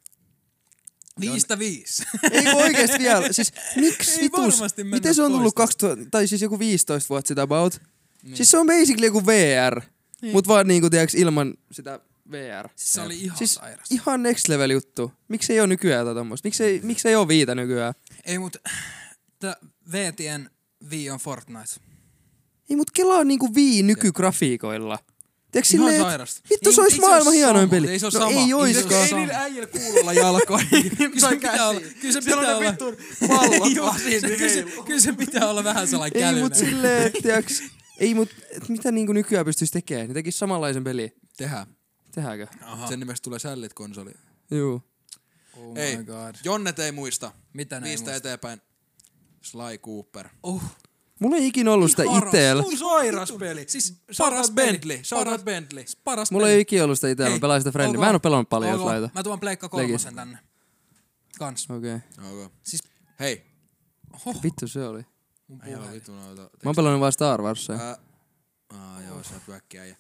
5-5. Ei kun oikeesti vielä. Siis miksi Ei vitus? varmasti mennä Miten se on tullut pois 2000, tai siis joku 15 vuotta sitä about? Niin. Siis se on basically joku VR. Niin. Mut vaan niinku tiiäks ilman sitä VR. Siis se oli ihan Siis sairas. ihan next level juttu. Miksi ei oo nykyään tätä tommoista? Miksi ei oo Viitä nykyään? Ei mut, VTN Wii on Fortnite. Ei mut kelaa niinku Vii nykygrafiikoilla. Tiedätkö Ihan silleen, sairasta. vittu Ei, se mut ois ei se oo maailman hienoin sama. peli. Ei se oo No sama. ei oiskaan. Ei niillä äijillä kuulolla jalkoihin. Kyllä se pitää olla. Kyllä se pitää olla. Pallot Joo, vaan siinä kyllä se pitää olla vähän sellainen Ei mut kälynen. silleen, tiiäks, ei mut mitä niinku nykyään pystyis tekemään? Ne tekis samanlaisen peli. Tehdään. Tehdäänkö? Aha. Sen nimestä tulee sällit-konsoli. Juu. Oh Ei, my god. Jonnet ei muista. Mitä ne ei 5 muista? eteenpäin. Sly Cooper. Mulla ei ikinä ollut sitä itel. Sairas peli. Siis Paras Bentley. Shoutout Bentley. Paras Mulla peli. ei ikinä ollut sitä itel. Mä pelasin sitä Friendia. Mä en oo pelannut paljon, jos laita. Mä tuon Pleikka 3 tänne. Kans. Okei. Okay. Siis Hei. Vittu se oli. Ei oo vitu noita. Mä oon pelannut vaan Star Warsia. Joo, sä oot väkkiä.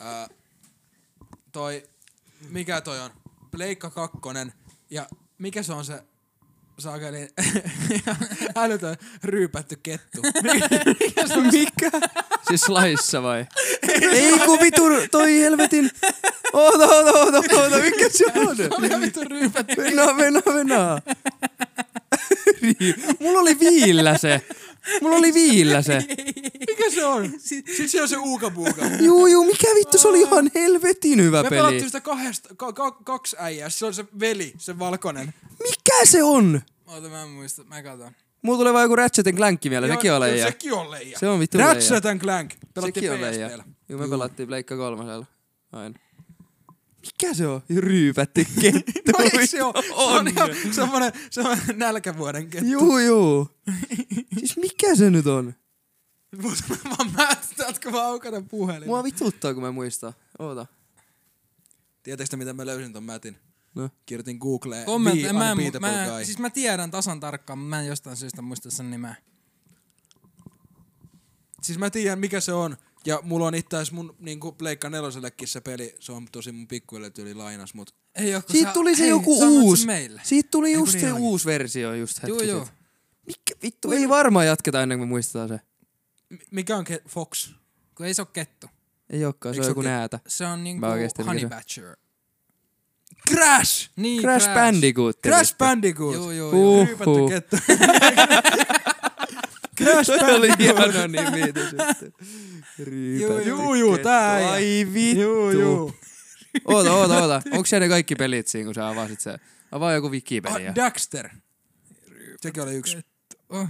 Mikä toi on? Pleikka 2. Ja mikä se on se saakeli älytön ryypätty kettu? Mikä se on? Mikä? Siis Slice vai? Ei kun vitu toi helvetin. Oota, mikä se on? oli vittu ryypätty. Venaa. Mulla oli viillä se. Mikä se on? Siis se on se uukabuuka. Juu, mikä vittu, se oli ihan helvetin hyvä Me peli. pelattiin sitä kaksi äijää. Se on se veli, se valkoinen. Mikä se on? Oota, mä en muista. Mä katon. Mulla tulee vaan joku Ratchet Clank mieleen, sekin on leija. Sekin on leija. Se on vittu leija. Ratchet and Clank. Pelattiin Sekin on leija. PSP:llä. Juu, me pelattiin Pleikka 3:lla. Aina. Mikä se on? Ryypätty kettu. No ei se oo. Se on ihan semmonen nälkävuoden kettu. Juu. Siis mikä se nyt on? Mä täältä vaan aukata puhelin. Mua vituttaa, kun mä muistan. Oota. Tiedätkö miten mä löysin ton mätin? No. Kirjoitin Googleen Kommentti. Be Unbeatable Guy. Siis mä tiedän tasan tarkkaan, mutta mä en jostain syystä muista sen nimeä. Siis mä tiedän mikä se on. Ja mulla on itse asiassa mun niinku Pleikka 4:llekin se peli. Se on tosi mun pikkuille tyyli lainas, mut Ei oo, kun Siitä sä- tuli se hei, joku sanoit sen uusi. meille. Siitä tuli Eiku just niin se olikin? uusi versio just hetki Joo. sit. Mikä vittu? Ei varmaan jatketa ennen kuin me muistetaan se. mikä on Fox? Kun ei se oo kettu. Ei ookaan, se Eikö on joku se- näätä. Se on niinku Mä oikeesti Honey mikä Badger. Crash! Niin, Crash Bandicoot. Crash Bandicoot! Joo. Ryypätty kettu. Crash Se oli Bandicoot! hieno nimi sitten. Ryypätty Juu, kettu. tää äijä. Ai vittu. Juu. Oota. Onko se ne kaikki pelit siinä, kun sä avasit se? Avaa joku Wikipedia. Daxter. Sekin oli yksi. Oh.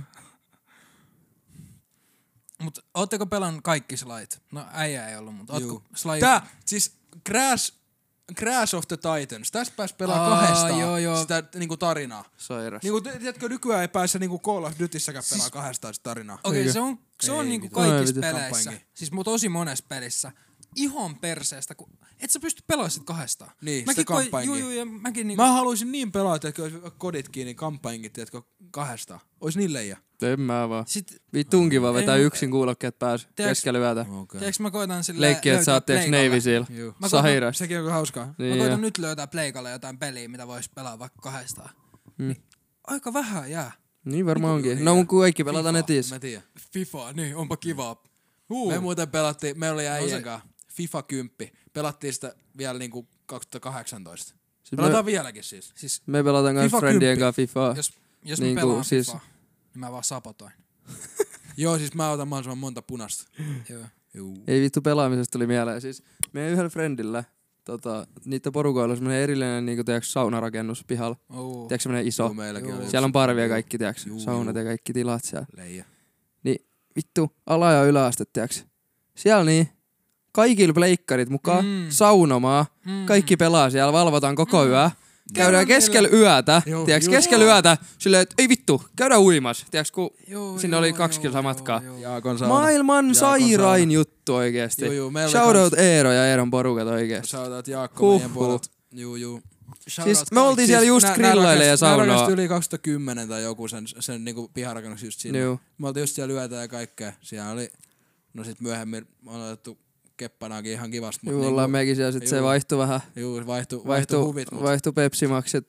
Mut ootteko pelannut kaikki slait? No äijä ei ollut, mutta ootko slait? Tää, siis Crash of the Titans. Tästä pääs pelaa kahdestaan joo. sitä niinku tarinaa. Sairas. Niinku tiedätkö, nykyään ei pääse niinku Call of Dutysäkään pelaa kahdestaan sitä tarinaa. Okei, Eikö? se on Ei niinku vittu. kaikissa Ai, vittu. peleissä. Kampanjia. Siis tosi monessa pelissä. Ihan perseestä, kun et sä pysty pelaamaan sit kahdestaan. Niin, sitä kampanjia. Juu, ja mäkin niinku... Mä haluaisin niin pelata, että olisi kodit kiinni kampanjit, tiedätkö, kahdestaan. Ois niin leija. En mä vaan. Sit, Vittuunkin vaan vetää Ei, yksin kuulokkeet pääs Tiedätkö- keskellä yötä. Okay. tiedätkö mä koitan sille Leikki, että sä oot tiiäks Navy Seal. Juu. Mä koitan- Sairas. Sekin on hauskaa. Mä Niin koitan jo. nyt löytää Pleikalle jotain peliä, mitä vois pelaa vaikka kahdestaan. Niin, aika vähän jää. Niin varmaan onkin. No mun kaikki pelataan netissä. Mä tiedän. FIFA, niin onpa kivaa. Me muuten pelattiin, meillä oli No äijän se- kanssa FIFA 10. Pelattiin sitä vielä niinku 2018. Siis Pelataan vieläkin siis. Siis me pelataan kans FIFA friendien 10. kanssa FIFAa. jos Niin mä kuin pelaan siis- FIFAa, niin mä vaan sapotoin. Joo, siis mä otan mahdollisimman monta punasta. Joo. Juu. Ei vittu pelaamisesta tuli mieleen. Siis meidän yhdellä friendillä, niitä porukoilla on semmonen erillinen niinku tiiäks saunarakennus pihalla. Oh. Tiiäks semmonen iso. Joo, meilläkin Joo. oli Siellä on parvi ja Juu. kaikki tiiäks. Juu, Saunat juu. ja kaikki tilat siellä. Leija. Niin vittu ala- ja yläaste tiiäks. Siellä niin kaikilla pleikkarit mukaan saunomaa. Kaikki pelaa siellä, valvotaan koko yö. Käydään keskellä yötä, Joo, tiiäks, just. keskellä yötä, silleen, että ei vittu, käydään uimas, tiiäks, kun Joo, sinne oli 2 kilsaa matkaa. Jaakon sauna. Maailman Jaakon sairain sauna. juttu oikeesti. Juu, meillä oli Shoutout Eero ja Eeron porukat oikeesti. Shoutout Jaakko meidän Huhhuh. puolelta. Juu. Siis me oltiin siellä just grillailemaan ja saunaa. Nää yli 2010 tai joku sen niinku piharakennus just sinne. Joo. Me oltiin just siellä yötä ja kaikkea. Siellä oli, no sit myöhemmin on otettu keppanaakin ihan kivasti. Juu, ollaan mekin siellä sit se vaihtui vähän. Juu, vaihtui huvit. Vaihtui Pepsi Maxit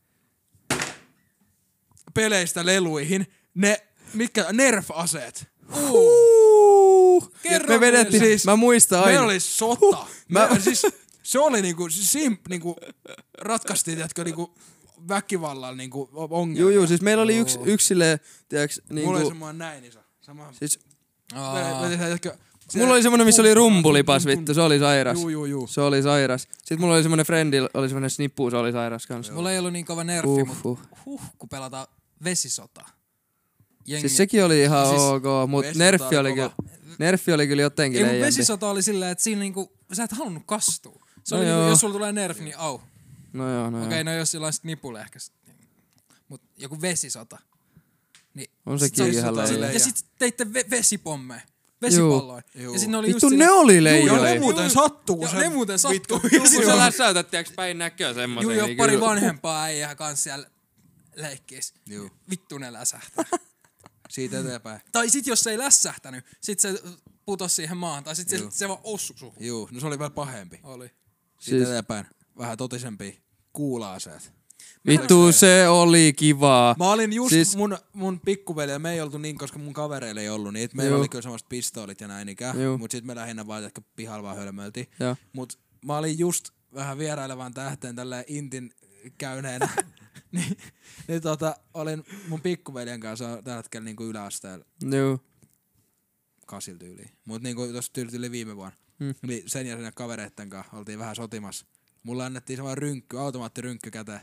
Peleistä leluihin, mitkä Nerf-aseet. Me vedettiin, siis, mä muistan aina. Meillä oli sota. Siis, se oli niinku, niinku ratkaistiin, tiedätkö, niinku väkivallalla niinku ongelmia. Juu, siis meillä oli yksi silleen, tiedätkö, niinku... Mulla oli semmoinen näin iso. Siis... Se, mulla oli semmonen, missä oli rumpulipas vittu, se oli sairas. Juu. Se oli sairas. Sitten mulla oli semmonen frendi, oli semmonen snippu, se oli sairas kanssa. Mulla ei ollut niin kova nerfi, mut kun pelataan vesisota. Siis sekin oli ihan ok, mut nerfi oli kyllä jotenkin leijempi. Ei, mut vesisota oli silleen, että siinä niinku, sä et halunnut kastua. Se oli niinku, jos sulla tulee nerf, niin au. No joo. Okei, no jos jollain snipulle ehkä. Mut joku vesisota. Niin on sekin ihan leijempi. Ja sit teitte vesipommeja. Vesipalloin. Ja sit ne oli vittu, just ne oli leijoi. Joo, ne muuten sattuu. Joo, ne muuten sattuu. Ja sit sä lässäytät, tiiäks, päin näköä semmosen. Joo, pari vanhempaa äijää kans siellä leikkiis. Joo. Vittu ne läsähtää. Siitä eteenpäin. Tai sit jos se ei lässähtänyt, sit se putos siihen maahan. Tai sit se vaan ossu suhun. Joo, no se oli vielä pahempi. Oli. Siitä eteenpäin. Vähän totisempi. Kuula-aseet. Vittu, se oli kivaa. Mä olin just siis... mun pikkuveli, me ei oltu niin, koska mun kavereille ei ollut niitä. Meillä oli kyllä semmoset pistoolit ja näin ikään. Mut sit me lähinnä vaan jotka pihalla vaan hölmöiltiin. Mut mä olin just vähän vierailevan tähteen tälleen intin käyneenä. niin olin mun pikkuveljen kanssa tällä hetkellä niinku yläasteella. Joo. 8 tyyliin. Mut niinku tossa tyyli viime vuonna. Niin sen ja sen kavereitten kanssa oltiin vähän sotimassa. Mulla annettiin semmoinen automaattirynkky käteen.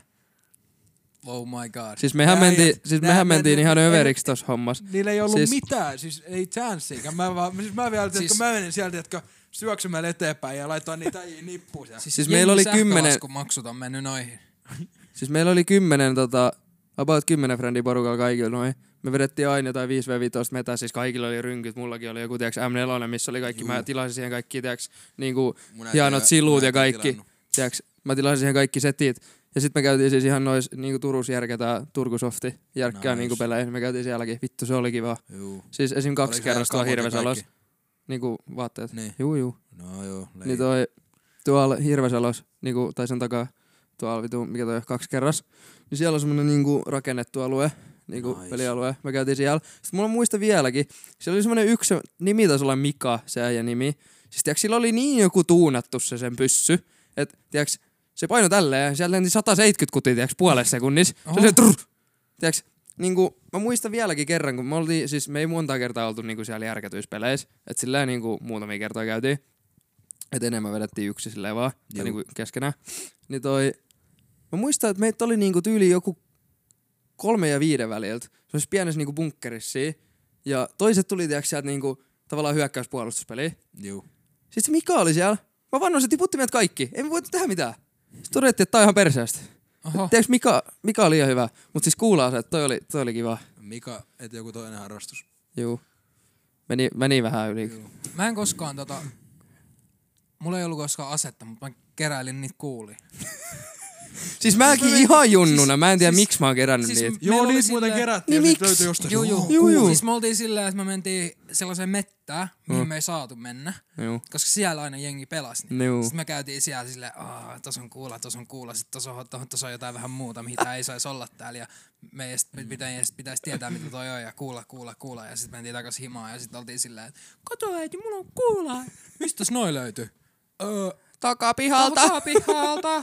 Oh my god. Siis mehän mentiin ihan överiksi tossa hommassa. Niillä ei ollut mitään, siis ei chanssiikaan. Mä menin sieltä, että syöksymällä eteenpäin ja laitoin niitä nippuun siellä. Siis meillä oli 10... maksut on mennyt noihin. Siis meillä oli 10 about 10 friendi porukalla kaikilla noin. Me vedettiin aina jotain 5v5 metä, siis kaikilla oli rynkyt, mullakin oli joku tiiäks M4, missä oli kaikki, mä tilasin siihen kaikki tiiäks niinku hienot siluut ja kaikki. Tiiäks, mä tilasin siihen kaikki setit. Ja sit me käytiin siis ihan nois niinku Turussa järkätään Turkusofti järkkää niinku peleihin. Me käytiin sielläkin. Vittu se oli kiva. Juu. Siis esim 2 kerrasta tuolla Hirvesalos. Niinku vaatteet. Niin. Juu. No joo. Niin tuolla Hirvesalos, niinku, tai sen takaa tuolla vitu, mikä toi 2 kerras. Niin siellä on semmonen niinku rakennettu alue. Niinku pelialue. Me käytiin siellä. Sitten mulla muista vieläkin. Siellä oli semmonen yksi, nimi taisi olla Mika, se äijän nimi. Siis tiiäks, sillä oli niin joku tuunattu se sen pyssy. Et tiiäks, se painoi tälleen ja sieltä lenti 170 kutia, tiiäks, puolessa sekunnissa. Se oli trrr. Tiiäks, niinku, mä muistan vieläkin kerran, kun me ei monta kertaa oltu niinku siellä järkätyissä peleissä. Et silleen niinku muutamia kertoja käytiin. Et enemmän vedettiin yksi silleen vaan, tai niinku keskenään. Niin mä muistan, että meitä oli niinku tyyli joku 3 ja 5 väliltä. Se olisi pienessä niinku bunkkerissa. Ja toiset tuli, tiiäks, sieltä niinku tavallaan hyökkäyspuolustuspeliin. Joo. Sitten se Mika oli siellä. Mä vannoin, se tiputti meidät kaikki. Ei me voitu tehdä mitään. Sitten todettiin, että tää on ihan perseestä. Tiedätkö, Mika oli ihan hyvä. Mut siis kuula-aseet, toi oli kiva. Mika, et joku toinen harrastus. Juu. Meni vähän yli. Juu. Mä en koskaan mulla ei ollut koskaan asetta, mutta mä keräilin niitä kuulia. Siis mäkin ihan junnuna, mä en tiedä miksi mä oon kerännyt niitä. Joo, niitä muuten kerättiin niin ja sit löytyi jostain. Joo. Siis me oltiin silleen, että me mentiin sellaiseen mettään, mihin me ei saatu mennä. Koska siellä aina jengi pelasi. Niin. Sitten me käytiin siellä silleen, tos on kuula. Sitten tossa on jotain vähän muuta, mitä ei saisi olla täällä. Ja me pitäisi tietää, mitä toi on. Ja kuula. Ja sitten mentiin takas himaan ja sitten oltiin silleen, että kato äiti, mulla on kuulaa. Mistäs noi löytyi? Takapihalta.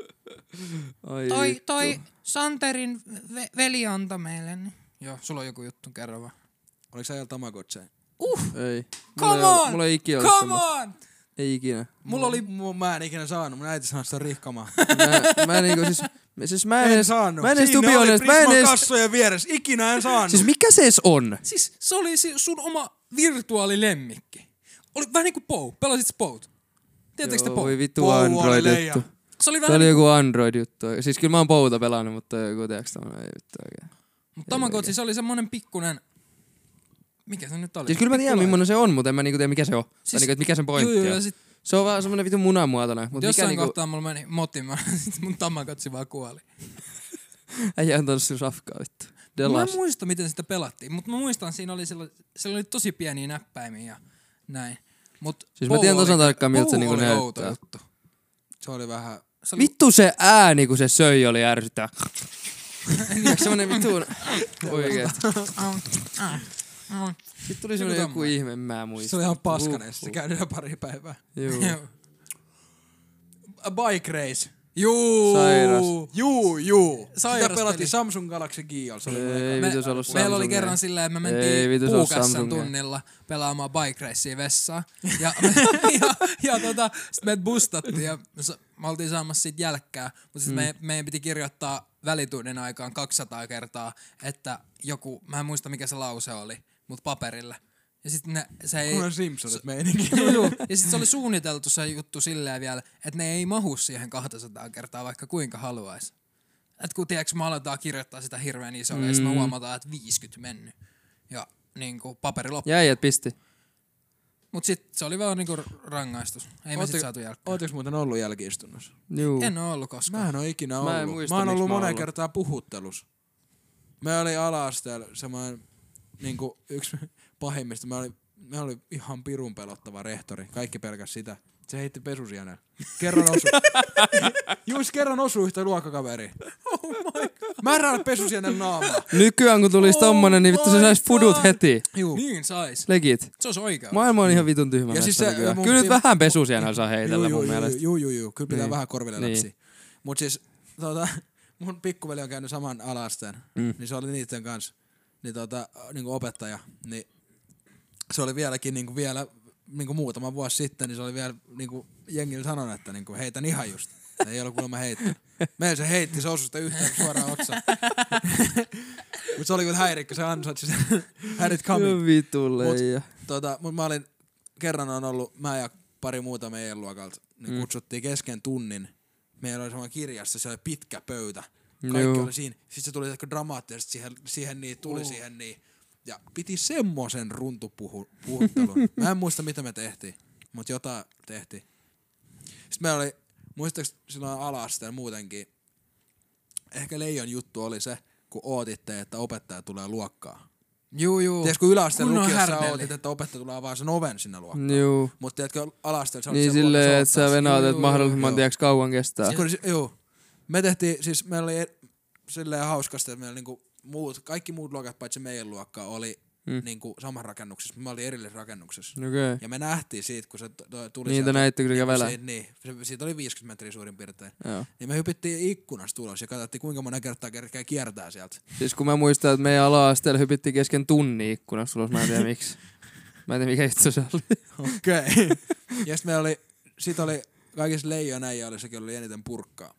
Toi Santerin veli antoi meille. Niin. Joo, sulla on joku juttu, kerro vaan. Oliko sä ajalla Tamagotseja? Ei. Come ei ikinä on! Ei ikinä. Mä en ikinä saanut, mun äiti sanoi sitä rihkamaa. Mä en saanut. Mä en edes Siinä oli Prisman kassojen vieressä, ikinä en saanut. Siis mikä se on? Siis se oli sun oma virtuaalilemmikki. Oli vähän niinku Pou. Pelasit sä Pout? Tiedättekö te Pou? Voi vittu Android-juttu. Se oli joku Android-juttu. Siis kyllä mä oon Pouta pelannut, mutta joku tiiäks tommonen ei vittu oikein. Mutta Tamagotchi se oli semmonen pikkunen... Mikä se nyt oli? Siis kyllä mä tiedän millainen se on, mutta en mä niinku tiedä mikä se on. Siis, tai niinku, että mikä sen pointti on. Ja sit Se on vaan semmonen vitun munamuotoinen. Mut Jossain mikä kohtaa mulla meni motimaan, sit mun Tamagotchi vaan kuoli. äijä on tossa safkaa vittu. Mä Delas. en muista, miten sitä pelattiin, mutta mä muistan, siinä oli tosi pieniä näppäimiä ja näin. Mut Siis mä tiedän tasan tarkkaan, miltä se Pou niinku oli outo näyttää. juttu. Se oli vähän... Se oli, Vittu se ääni, kun se söi, oli ärsyttävä. Tiedätkö semmonen vitun... Oikeesti. Sitten tuli semmonen joku ihme, mä en muista. Se oli ihan paskanen, se käy vielä pari päivää. Juu. A bike race. Juu! Sairas. Juu. Sitä Sairas pelattiin peli. Samsung Galaxy Gear. Se oli mun Ei eka. vitu se ollut Meillä oli Samsungia. kerran silleen, että me Ei mentiin vitu, se on puukassan Samsungia. tunnilla pelaamaan bike racea vessaan. Ja, sit meidät bustattiin ja me oltiin saamassa siitä jälkkää. Mutta sitten meidän piti kirjoittaa välitunnin aikaan 200 kertaa, että joku, mä en muista mikä se lause oli, mutta paperille. Ja sitten se ei... Kun Simpsonit meininki. Joo. Ja sitten se oli suunniteltu se juttu silleen vielä, että ne ei mahu siihen 200 kertaa vaikka kuinka haluaisi. Et kun tiedätkö, me aletaan kirjoittaa sitä hirveän isolle ja sitten me huomataan, että 50 mennyt. Ja niinku paperi loppu. Jäijät pisti. Mut sit se oli vaan niinku rangaistus. Ei me sit saatu jälkeen. Ootteko muuten ollut jälki-istunnossa? Juu. En oo ollut koskaan. Mä en oo ikinä Mä ollut. en muista, Mä oon miksi ollut mä oon moneen ollut. kertaa puhuttelus. Mä olin ala-asteella semmoinen niinku yksi pahimmista. Mä olin ihan pirun pelottava rehtori. Kaikki pelkäs sitä. Se heitti pesusienellä. Kerran osui yhtä luokkakaveria. Oh my god. Mä rään pesusienellä naamaa. Nykyään kun tulisi tommonen, niin vittu se sais fudut heti. Juu. Niin sais. Legit. Se olisi oikea. Maailma on ihan vitun tyhmä Ja siis mesta se- nykyään. mun Kyllä nyt pim- vähän pesusienellä saa heitellä mun mielestä. Juu. Kyllä pitää Niin. vähän korville Niin. läpsiä. Mut siis mun pikkuveli on käynyt saman ala-asteen. Niin se oli niitten kanssa. Niin niinku opettaja. Niin se oli vieläkin niinku muutama vuosi sitten, niin se oli vielä niinku jengillä sanonut, että niinku heitän ihan just. Ei ollut kuulemma heittänyt. Meillä se heitti, se osui sitä yhtään suoraan otsaan. Mut se oli kyllä häirikkö, se ansaitsi sen. Hänet coming. Vittu leija. Mut mä olin, kerran on ollut, mä ja pari muuta meidän luokalta, niin kutsuttiin kesken tunnin. Meillä oli semmoinen kirjassa, se oli pitkä pöytä. Kaikki Joo. oli siinä. Sitten se tuli ehkä dramaattisesti siihen niin, tuli siihen niin. Ja piti semmoisen runtupuhuttelun. Mä en muista mitä me tehtiin, mutta jotain tehtiin. Sitten meillä oli, muistaaks silloin ala-asteella muutenkin, ehkä leijon juttu oli se, kun ootitte, että opettaja tulee luokkaan. Juu. Tiedätkö, kun yläasteen Kunnon lukiossa härdelli. ootit, että opettaja tulee vaan sen oven sinne luokkaan. Juu. Mutta tiedätkö, ala-asteella se oli Niin se luokka, silleen, se että sä ottaa venaat, siinä. että mahdollisimman Joo. tiedäks kauan kestää. Joo. Me tehtiin, siis meillä oli silleen hauskasti, että meillä niinku kaikki muut luokat paitsi meidän luokka oli niinku samassa rakennuksessa. Me oltiin erillisessä rakennuksessa. Okei. Ja me nähtiin siitä, kun se tuli Niin te näitte, kun se kävelee. Siitä oli 50 metriä suurin piirtein. Joo. Niin me hypittiin ikkunasta tulos ja katsottiin, kuinka monen kertaa kerkeä kiertää sieltä. Siis kun mä muistan, että meidän ala-asteella hypittiin kesken tunnin ikkunasta ulos, mä en tiedä miksi. Mä en tiedä mikä itse se oli. Okei. Ja sit meillä oli, kaikissa leijon äijä oli sekin oli eniten purkkaa.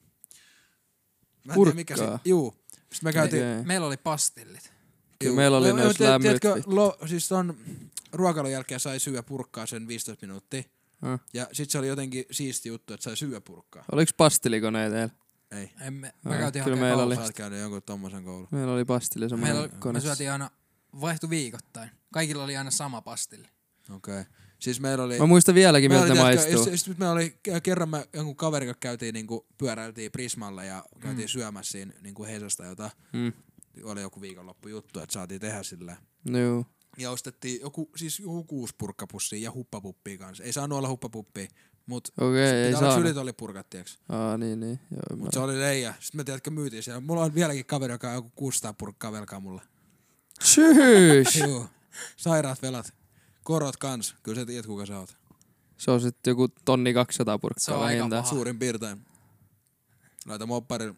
Mä en tiedä, mikä se, Purkkaa? Juu. Sitten me käytiin, Okei. Meillä oli pastillit. Kyllä meillä oli noissa lämmöt. siis ton ruokailun jälkeen sai syödä purkkaa sen 15 minuuttia. Ja sit se oli jotenkin siisti juttu, että sai syödä purkkaa. Oliks pastilikoneja teillä? Ei. Mä käytiin kyllä hakemaan meillä oli. Sä oot käynyt jonkun tommosen koulun. Meillä oli pastille Me semmoinen kone. syötiin aina, vaihtui viikoittain. Kaikilla oli aina sama pastilli. Okei. Siis meillä oli... Mä muistan vieläkin, miltä ne tiedätkö, maistuu. Sitten me oli, kerran me jonkun kaverin kanssa käytiin niinku, pyöräiltiin Prismalla ja käytiin syömässä siinä niinku Hesasta jota. Oli joku viikonloppu juttu, että saatiin tehdä sillä. Joo. Ja ostettiin joku 6 purkkapussia ja huppapuppia kanssa. Ei saanut olla huppapuppia, mut Okei, ei pitää olla saanut. ylitolipurkat, tiiäks. Niin. Joo, Mut se oli leija. Sitten me tiedätkö myytiin siellä. Mulla on vieläkin kaveri, joka on joku 600 purkkaa velkaa mulle. Tsyys! Joo. Sairaat velat. Korot kans. Kyllä sä tiedät kuka sä oot. Se on sitten joku 1200 Se purkkaa on aika vähintään. paha. Suurin piirtein. Laita mopparin.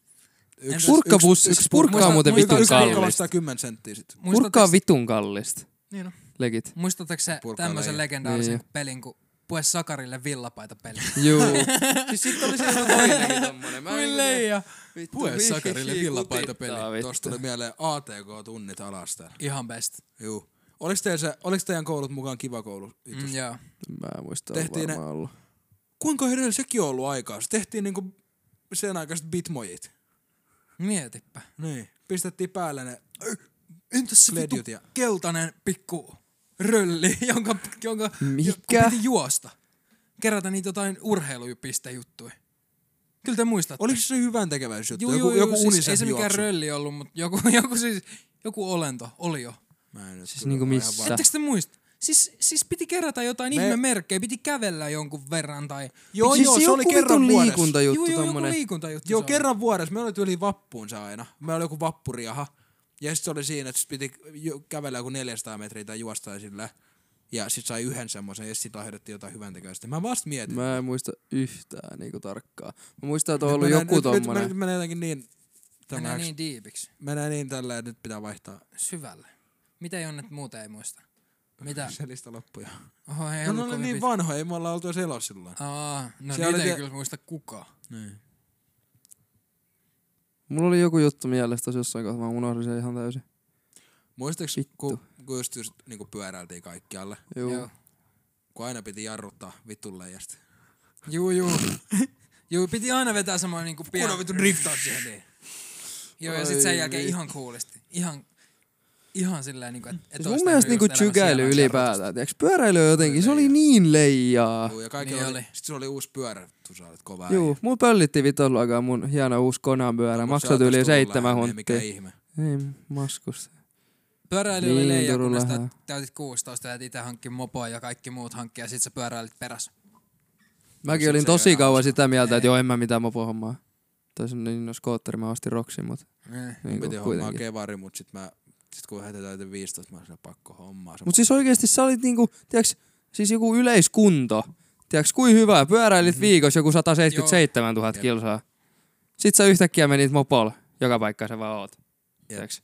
Yksi purkka on muuten vitun Yksi purkka kallista. vastaa 10 senttiä sit. Purkka on vitun kallista. Niin on. Legit. Muistatteko se Purkaa tämmöisen leija. legendaarisen Niin. pelin, kun Pue Sakarille villapaita peli? Juu. Siis sit oli se joku toinenkin tommonen. Kuin leija. Pue Sakarille villapaita peli. Kutittaa, vittu. Tosta tuli mieleen ATK-tunnit alasteella. Ihan best. Juu. Oliks teidän koulut mukaan kiva koulu? Joo. Mä en muista, Tehtiin on varmaan ollut. Kuinka heillä sekin on ollut aikaa? Se tehtiin niinku sen aikaiset bitmojit. Mietipä. Niin. Pistettiin päälle ne Entäs se Ledjut vittu ja- keltainen pikku rölli, jonka Mikä? piti juosta. kerätä niitä jotain urheilupistejuttuja. Kyllä te muistatte. Oliko se hyvän tekeväisyysjuttu? Joku Unicef siis ei se mikään juoksu? rölli ollut, mutta joku olento oli jo. Mä en nyt Siis kyllä niinku ole ihan missä? varma. Ettekö te muista? Siis piti kerätä jotain ihmemerkkejä, piti kävellä jonkun verran tai... Joo, siis joo, se oli joku kerran vitun vuodessa. liikuntajuttu Joku tommonen. liikuntajuttu. Joo, se oli. kerran vuodessa. Me oli yli vappuun se aina. Meillä oli joku vappuriaha. Ja sit se oli siinä, että sit piti kävellä joku 400 metriä tai juosta sillä. Ja sit sai yhden semmosen ja sit lahjoitettiin jotain hyvänteköistä. Mä vasta mietin. Mä en muista yhtään niinku tarkkaan. Mä muistan, että on Nyt ollut mennään- joku tommonen. Nyt menee jotenkin niin... Menee tämmöiseksi- niin diipiksi. Menee niin tälleen, että nyt pitää vaihtaa. Syvälle. Mitä Jonnet muuten ei muista? Mitä? Se lista loppuja. Oho, ei No ollut ne oli kovin niin vanhoja, ei me ollaan oltu elossa silloin. No Siellä niitä oli ei te- kyllä muista kukaan. Niin. Mulla oli joku juttu mielessä tossa jossain kohtaa, mä unohdin sen ihan täysin. Muistaks, Vittu. kun just niinku pyöräiltiin kaikkialle, Joo. kun aina piti jarruttaa vitun leijasta. Juu, piti aina vetää semmoinen niinku pian. Kun on vittu driftaa siihen niin. Joo, ja sit sen jälkeen ihan coolisti. Ihan silleen niinku, että Siis mun mielestä niinku tsykäily ylipäätään, tiiäks, pyöräily on jotenkin, se oli niin leijaa. Ja kaikki Niin oli. oli. Sit se oli uusi pyörä, tu sä olet kova Juu, mulla pöllitti vitulluakaan mun hieno uusi Konan pyörä, maksat yli 7 Mikä hunttia. ihme. Ei maskusta. Pyöräily oli Niin, leija, Turun kunnes lähellä. täytit 16 ja itse hankki mopoa ja kaikki muut hankki ja sit sä pyöräilit perässä. Mäkin Se- olin se tosi ei ole kauan hauska. sitä mieltä, että Ei. joo, en mä mitään mopohommaa. Tai semmonen niin skootteri, mä ostin Roxin, mut Mun niin piti hommaa kuitenkin. kevari, mut sit kun heti täytin 15, mä olin pakko hommaa. Mut siis oikeesti sä olit niinku, tiiäks, siis joku yleiskunto. Tiiäks, kuin hyvä, pyöräilit viikossa joku 177 000 Jep. kilsaa. Sit sä yhtäkkiä menit mopolla, joka paikkaan sä vaan oot. Tiiäks?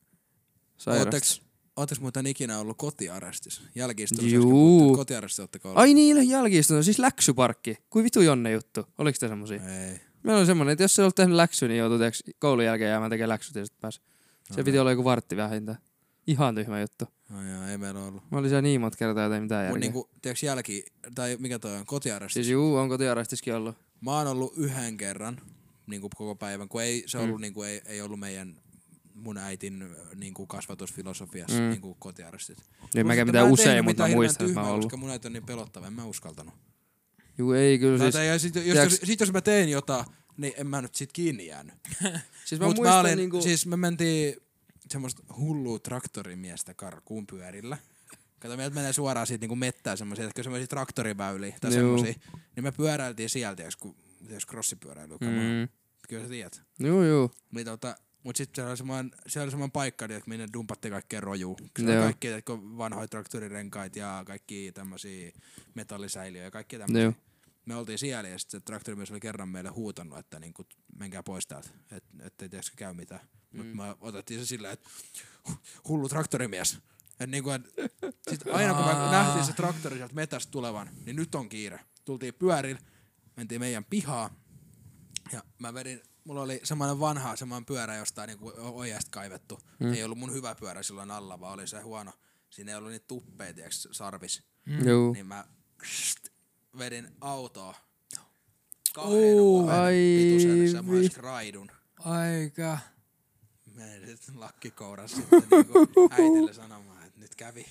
Sairasta. Ootteks muuten ikinä ollut kotiarestissa? Juu. Kotiarestissa ootteko ollut? Ai niin, jälkiistunut, siis läksyparkki. Kuin vitu Jonne juttu. Oliks te semmosia? Ei. Meillä on semmonen, että jos sä olet tehnyt läksy, niin joutuu tiiäks, koulun jälkeen jäämään tekemään läksyt ja sit pääs. Se piti olla joku vartti vähintään. Ihan tyhmä juttu. No joo, ei meillä ollut. Mä olin siellä niin monta kertaa, että ei mitään Mut järkeä. niinku, tiiäks tai mikä toi on, kotiarestissa? Siis juu, on kotiarrestiskin ollut. Mä oon ollut yhden kerran niinku koko päivän, kun ei se ollut niinku ei ollut mun äitin niinku kasvatusfilosofiassa niinku kotiarestit. Ei mäkään Mä en mitään tehnyt usein, mutta mitään mä muistan, hirveän että mä oon tyhmää, ollut. Koska mun äiti on niin pelottava, en mä uskaltanut. Juu, ei kyllä siis. Ja sit jos mä tein jotain, niin en mä nyt sit kiinni jäänyt. Siis mä Mut muistan olin, niinku. siis me mentiin semmoista hullua traktorimiestä karkuun pyörillä. Kato, meiltä menee suoraan siitä niinku mettää semmoisia traktoriväyliä tai Juu. semmosia. Niin me pyöräiltiin sieltä, jos crossipyöräilyä. Kyllä sä tiedät. Juu. Niin mut sit siellä oli semmoinen paikka, minne dumpattiin kaikkea rojuu. Joo. Kaikki vanhoja traktorirenkaita ja kaikki tämmösiä metallisäiliöitä ja kaikki Joo. tämmösiä. Me oltiin siellä ja sit se traktorimies oli kerran meille huutanut, että niinku, menkää pois täältä, ettei tiedätkö käy mitään. Mut me otettiin se silleen, että hullu traktorimies. Et niinku, sit aina kun me nähtiin se traktori sieltä metästä tulevan, niin nyt on kiire. Tultiin pyörillä, mentiin meidän pihaan ja mulla oli semmoinen pyörä jostain niinku ojasta kaivettu. Ei ollut mun hyvä pyörä silloin alla, vaan oli se huono. Siinä ei ollut niitä tuppeja, tiiäks, sarvis. Juu. Niin mä vedin autoa 2 vitusen semmoisen raidun. Aika. Menin sit lakkikouras sitten niinku äitille sanomaan, että nyt kävi.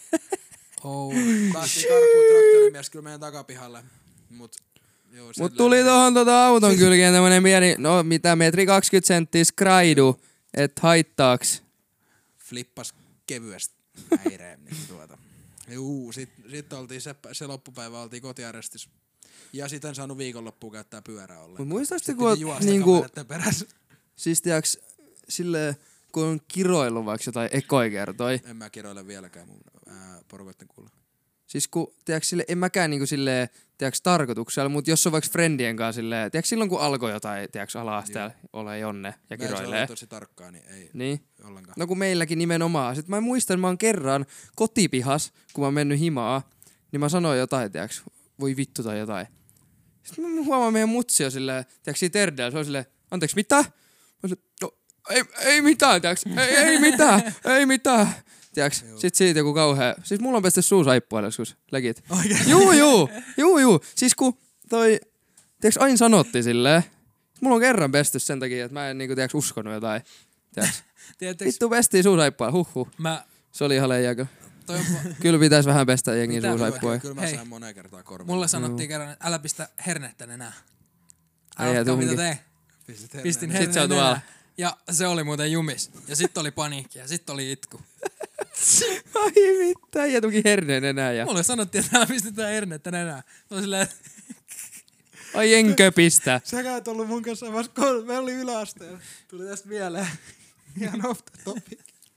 Päästiin karkuun traktorimies kyllä meidän takapihalle. Mut tuli tohon auton kylkeen tämmönen pieni, no mitä, 1,20 m skraidu, et haittaaks. Flippas kevyesti äireen. Niin Juu, sit oltiin se loppupäivä oltiin kotiarestissa. Ja sit en saanut viikonloppuun käyttää pyörää ollenkaan. Mut muistatko, Sit kun piti juosta niinku, kavereitten perässä. siis tiiäks, silleen, kun on kiroillut vaikka jotain ekoikertoi. En mä kiroile vieläkään mun porukoitten kuulla. Siis kun, tiiäks, sille, en mäkään niinku silleen, tiiäks, tarkoituksella, mut jos on vaikka friendien kanssa silleen, tiiäks, silloin kun alkoi jotain, tiiäks, ala-asteella ole Jonne ja Mä en kiroilee. ole tosi tarkkaan, niin ei Niin. ollenkaan. No kun meilläkin nimenomaan. Sitten mä muistan, mä oon kerran kotipihas, kun mä oon mennyt himaa, niin mä sanoin jotain, tiiäks, voi vittu tai jotain. Sitten mä huomaan meidän mutsi on silleen, tiiäks, siitä Erdellä, se on silleen, anteeksi, mitä? Mä silleen, no, ei mitään, tiiäks, ei mitään. Tiiäks, sit siitä joku kauhea, siis mulla on pesty suusaippua joskus, legit. Oikein? Juu. Siis kun tiiäks, aina sanottiin silleen, mulla on kerran pesty sen takia, että mä en niinku, tiiäks, uskonut jotain. Tiiäks. Tiedättekö, Vittu pestiin suusaippua, huhhuh. mä Se oli ihan leijaa kyllä. toi on, Kyllä pitäis vähän pestä jengin Pitää suusaippua. Kyllä mä Hei. sain moneen kertaan korvaan. mulle sanottiin kerran, että älä pistä hernettä nenää. Ei, Älä ja mitä tunki. tein. Pistin Sit se on herneen tuolla. nenään. Ja se oli muuten jumis. Ja sit oli paniikki ja sit oli itku. Ai vittu, ja tuki herneen enää. Ja... Mulle sanottiin, että älä pistetään hernettä nenää. Mä oon silleen, Ai enkö pistä. Säkään et ollut mun kanssa vasta me oli yläasteella. Tuli tästä mieleen. Ihan off the topic.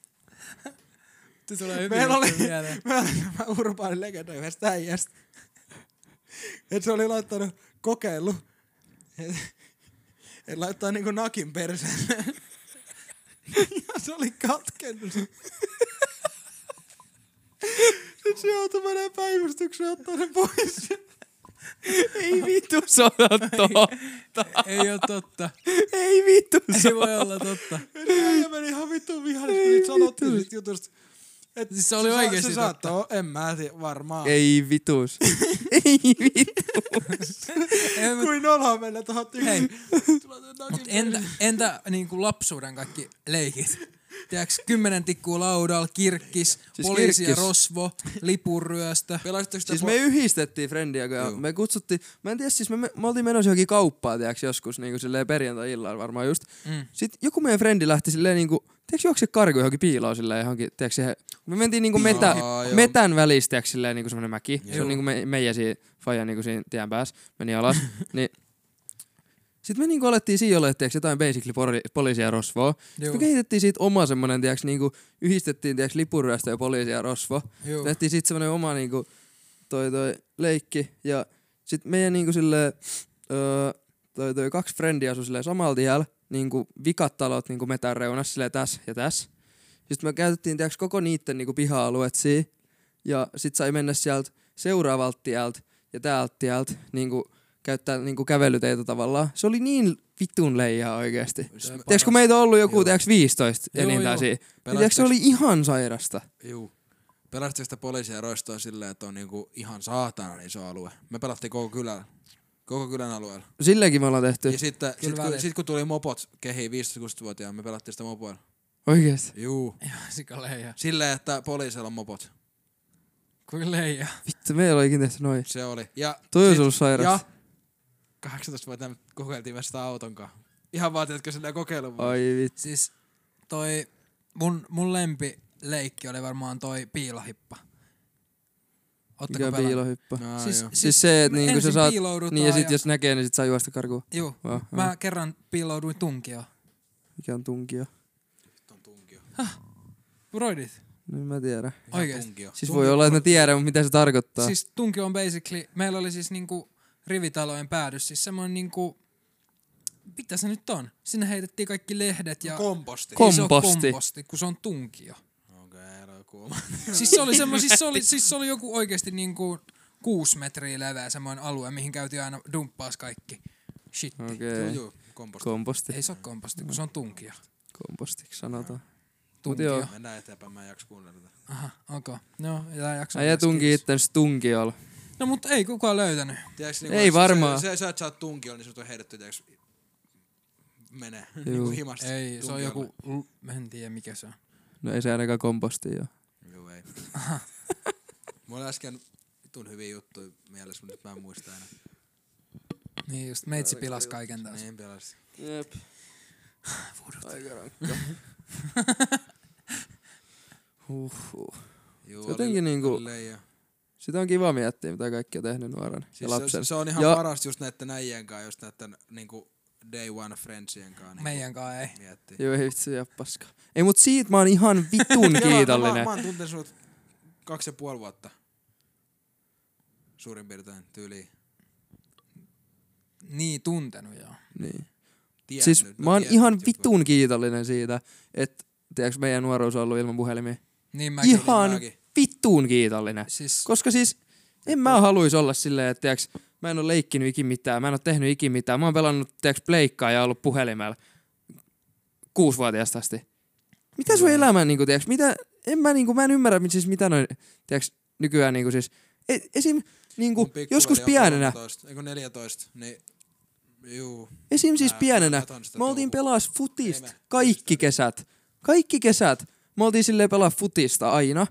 se tulee hyvin Meillä oli, juttu mieleen. meillä oli tämä urbaani legenda yhdestä äijästä. Et se oli laittanut kokeilu. Et laittaa niinku nakin perseen. Ja se oli katkennut. Sitten se joutui menee päivystykseen ottaa ne pois. Ei vittu, se on totta. Ei oo totta. Ei vittu, se Ei voi olla totta. Ja meni ihan vittu vihaisesti, kun niitä sanottiin siitä jutusta. Et Siis se oli oikeesti se saattoi, en mä tiedä, varmaan. Ei vitus. Ei vitus. Kuin noloa mennä tohon Hei, tykkiin. mut entä niinku lapsuuden kaikki leikit? Tiedäks 10 tikkuu laudalla, kirkkis, poliisi ja kirkkis. rosvo, lipunryöstö. Pelasitteko sitä Siis me yhdistettiin friendiä, kun Joo. me kutsuttiin, mä en tiedä, siis me oltiin menossa johonkin kauppaan, tiiäks, joskus niinku silleen perjantai-illalla varmaan just. Sitten joku meidän frendi lähti silleen niinku, tiiäks, juokse karkuun johonkin piiloon silleen johonkin, tiiäks, siihen, me mentiin niinku Joo. metän välissä, tiiäks, silleen niinku semmonen mäki. Se Joo. on niinku meidän siinä, faija niinku siinä tien päässä, meni alas, niin sitten me niinku alettiin siinä olla, tiiäks, jotain basically poliisia ja rosvoa. Sitten me kehitettiin siitä oma semmonen, tiiäks, niinku yhdistettiin, tiiäks, lipunryöstö ja poliisia ja rosvo. Joo. Tehtiin siitä semmonen oma niinku toi leikki ja sit meidän niinku silleen toi 2 frendiä asui silleen samalla tiellä niinku vikat talot niinku metän reunassa silleen tässä ja tässä. Sitten me käytettiin tiiäks koko niitten niinku piha-alueet siinä ja sit sai mennä sieltä seuraavalta tieltä ja täältä tieltä niinku käyttää niinku kävelyteitä tavallaan. Se oli niin vitun leijaa oikeesti. Tiiäks kun meitä on ollut joku tiiäks 15 Joo, enintään joo. siinä. Niin tiiäks se oli ihan sairasta. Juu. Pelasitteko sitä poliisia roistoa silleen, että on niinku ihan saatanan iso alue? Me pelattiin koko kylän alueella. Silleenkin me ollaan tehty. Ja sitten väliin. sit kun tuli mopot kehiin 15-16-vuotiaana, me pelattiin sitä mopoilla. Oikeesti. Juu. Ihan sika leija. Silleen, että poliisilla on mopot. Kuin leija. Vittu, meillä oli ikinä tehty noin. Se oli. Ja Toi sit- olisi ollut sairas. Ja 18-vuotiaana kokeiltiin myös sitä autonkaan. Ihan vaan, tiedätkö, silleen kokeilun. Ai vittu. Siis toi mun lempileikki oli varmaan toi piilohippa. Ootteko Mikä pelannut? piilohyppä. No, Siis, joo. Siis se, että niinku sä ensin saat... piiloudutaan Niin ja sit jos näkee, niin sit saa juosta karkuun. Juu, Wow, mä kerran piilouduin tunkioon. Mikä on tunkio? On tunkio. Broidit. No en mä tiedä. Ihan Oikeesti. tunkio. Siis voi olla, että mä tiedän, mutta mitä se tarkoittaa. Siis tunkio on basically, meillä oli siis niinku rivitalojen päädys, siis semmoinen niinku, mitä se nyt on? Sinne heitettiin kaikki lehdet ja Komposti. Kom- Ei se oo Komposti. komposti, kun se on tunkio. Okei, älä kuuma. Siis se oli siis se oli joku oikeesti niinku 6 metriä leveä semmoinen alue, mihin käytiin aina dumppaas kaikki shit. Okei. Juu, komposti. Komposti. Ei se oo komposti, kun se on tunkio. Kompostiksi sanotaan. Tunkio. joo. Mennään eteenpäin, mä en jaksa kuunnella tätä. Aha, okei. No, tää jakso. Äijä tunki ittensä tunkiolla. No mut ei kukaan löytänyt. Tiedätkö, Ei että varmaan. Sä et saa tunkioon, niin sut on heitetty, tiedätkö, menee. Juu. Niinku himasta. Ei, se on tunkiolle. joku, en tiedä mikä se on. No ei se ainakaan kompostia oo. Juu, ei. Mulla oli äsken vitun hyviä juttuja mielessä, mutta nyt mä en muista enää. Niin just, meitsi pilas kaiken taas. Niin pelasi. Jep. Aika rankka. Huhhuh. Juu, Se jotenkin niinku- oli leija. Sitä on kiva miettiä, mitä kaikki on tehnyt nuorena Siis ja lapsen. se on ihan Ja- parasta just näitten äijien kanssa, just näitten niinku day one friendsien kanssa. Niinku Meidänkaan ei. miettii. Joo, ei vitsi, jää paskaa. Ei, mut siitä mä oon ihan vitun kiitollinen. Mä oon tuntenut sut 2,5 vuotta. Suurin piirtein tyyliin. Niin, tuntenut joo. Niin. Tiennyt, Siis no mä oon tiennyt ihan just vitun kiitollinen siitä, että tiedätkö, meidän nuoruus on ollut ilman puhelimia. Niin mäkin. Ihan mäkin. vitun kiitollinen. Siis, Koska siis en mä haluis olla silleen, että tiedätkö, mä en oo leikkinyt ikin mitään, mä en oo tehnyt ikin mitään. Mä oon pelannut tiedätkö, pleikkaa ja ollut puhelimella 6-vuotiaasta asti. Mitä sun elämä niinku, tiedätkö, mä en ymmärrä siis mitä noin, tiedätkö, nykyään niinku siis, esim. Niinku, Mun pikkuveli joskus on pienenä, 13, eikö 14, niin juu. esim. Siis Mä pienenä, katon sitä me oltiin touhua. pelas futista Ei me- kaikki kesät. Kaikki kesät. Me oltiin silleen pelaa futista aina.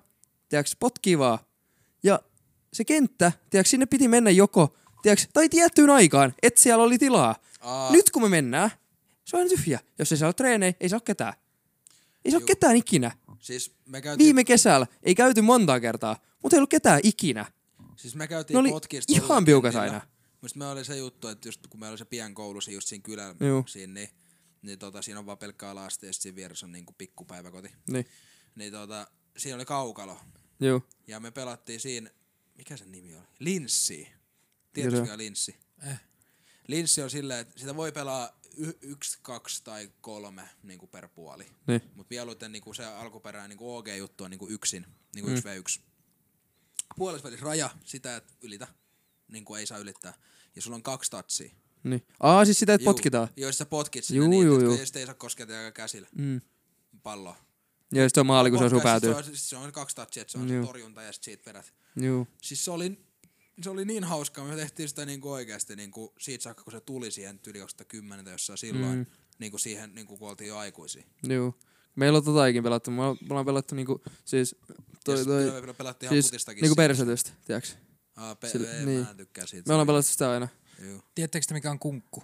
tiiäks, potkii vaan. Ja se kenttä, tiiäks, sinne piti mennä joko, tiiäks, tai tiettyyn aikaan, et siellä oli tilaa. Nyt kun me mennään, se on aina tyhjä. Jos ei saa ole treenejä, ei saa ole ketään. Ei saa ole ketään ikinä. Siis me käytiin... Viime kesällä ei käyty montaa kertaa, mutta ei ollut ketään ikinä. Siis me käytiin Ne oli Potkista ihan piukas aina. Musta me oli se juttu, että just kun meillä oli se pienkoulu just siinä kylällä, siinä, niin siinä on vaan pelkkä ala-aste ja siinä vieressä on niinku pikkupäiväkoti. Niin siinä oli kaukalo. Joo. Ja me pelattiin siinä, mikä sen nimi oli? Linssi. Tiedätkö mikä Linssi? Linssi on silleen, että sitä voi pelaa 1, 2 tai 3 niinku per puoli. Niin. Mut mieluiten niinku se alkuperäinen niinku OG-juttu on niinku yksin, niinku 1v1. Puolesvälissä raja, sitä et ylitä, niinku ei saa ylittää. Ja sulla on 2 touchia. Niin. Siis sitä, että potkitaan. Joo, sä potkit sinne niin, että ei saa koskea käsillä palloa. Ja sit se on maali, kun se osuu päätyy. Se on 2 touchia, että se on se torjunta ja sit siitä vedät. Joo. Siis se oli niin hauskaa, me tehtiin sitä niinku oikeesti niinku siitä saakka, kun se tuli siihen yli 2010 jossain silloin, niinku siihen niinku kun oltiin jo aikuisia. Joo. Meillä on totaikin pelattu. Me ollaan pelattu niinku siis pelattiin ihan putistakin. Niinku persetystä, tiiäks? Niin. Mä en tykkää siitä. Me ollaan pelattu sitä aina. Joo. Tiedättekö mikä on kunkku?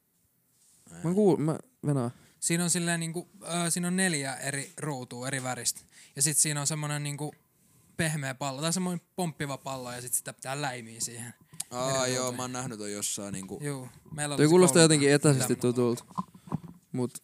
Mä venaan. Siinä on silleen niinku, siinä on 4 eri ruutua, eri väristä. Ja sit siinä on semmonen niinku pehmeä pallo, tai semmonen pomppiva pallo, ja sit sitä pitää läimiä siihen. Joo, mä oon nähnyt ton jossain niinku. Joo. Toi kuulostaa jotenkin etäisesti tutulta. Mut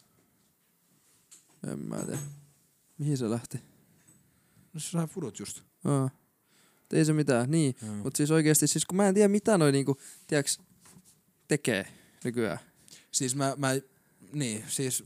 en mä tiedä. Mihin se lähti? No sä fudut just. Ei se mitään, niin. Mut siis oikeesti, siis kun mä en tiedä mitä noi niinku, tiiäks, tekee nykyään. Siis siis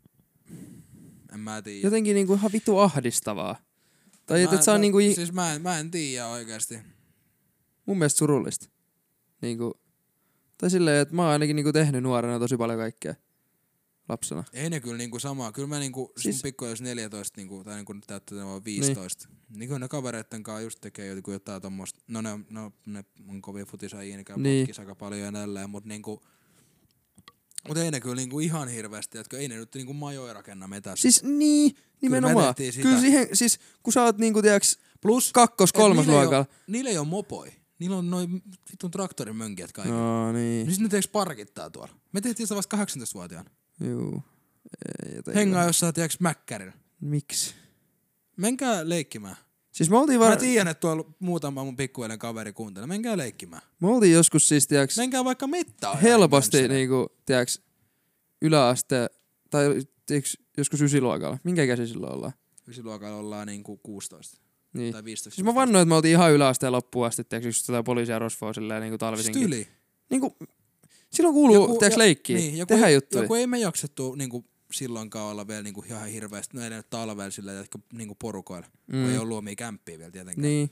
en mä tiedä. Jotenkin niinku ihan vittu ahdistavaa. Tai et saa niinku... Siis mä en tiedä oikeesti. Mun mielestä surullista. Niinku... Tai silleen, että mä oon ainakin niinku tehnyt nuorena tosi paljon kaikkea. Lapsena. Ei ne kyllä niinku samaa. Kyllä mä niinku, siis mun pikku jos 14 niinku, tai niinku täyttää 15. Niin ne kavereitten kanssa just tekee jotain tommoista. No ne on kovia futisaajia, ne käy potkis aika paljon ja nälleen, mut niinku... Mut ei ne kyllä niinku ihan hirveästi, että ei ne nyt niinku majoja rakenna metässä. Siis niin, nimenomaan. Kyllä siihen, siis kun sä oot niinku tiiäks plus 2-3 luokalla. Niillä ei oo mopoi. Niillä on noin vitun traktorimönkijät kaikki. Niin. Siis ne teeks parkittaa tuolla. Me tehtiin sitä vasta 18-vuotiaana. Juu. Hengaa jossain tiiäks mäkkärillä. Miksi? Menkää leikkimään. Siis mä tiedän, että tuolla muutama mun pikkuinen kaveri kuuntelee. Menkää leikkimään. Me oltiin joskus siis tiiäks... Menkää vaikka mettään. Helposti niinku tiiäks yläaste tai tiiäks joskus 9-luokalla. Minkä ikäisiä silloin ollaan? 9-luokalla ollaan niinku 16. Niin. Tai 15. Siis mä vannoin, että me oltiin ihan yläasteen loppuun asti, tiiäks just jotain poliisia rosvoa silleen niinku talvisinkin. Styli. Niinku, silloin kuuluu tiiäks leikkiä, niin, tehdä juttuja. Joku ei me jaksettu niinku silloinkaan olla vielä niinku ihan hirveästi, no ei nyt talvella silleen, että niinku porukoilla, kun ei ollut omia kämppiä vielä tietenkään. Niin.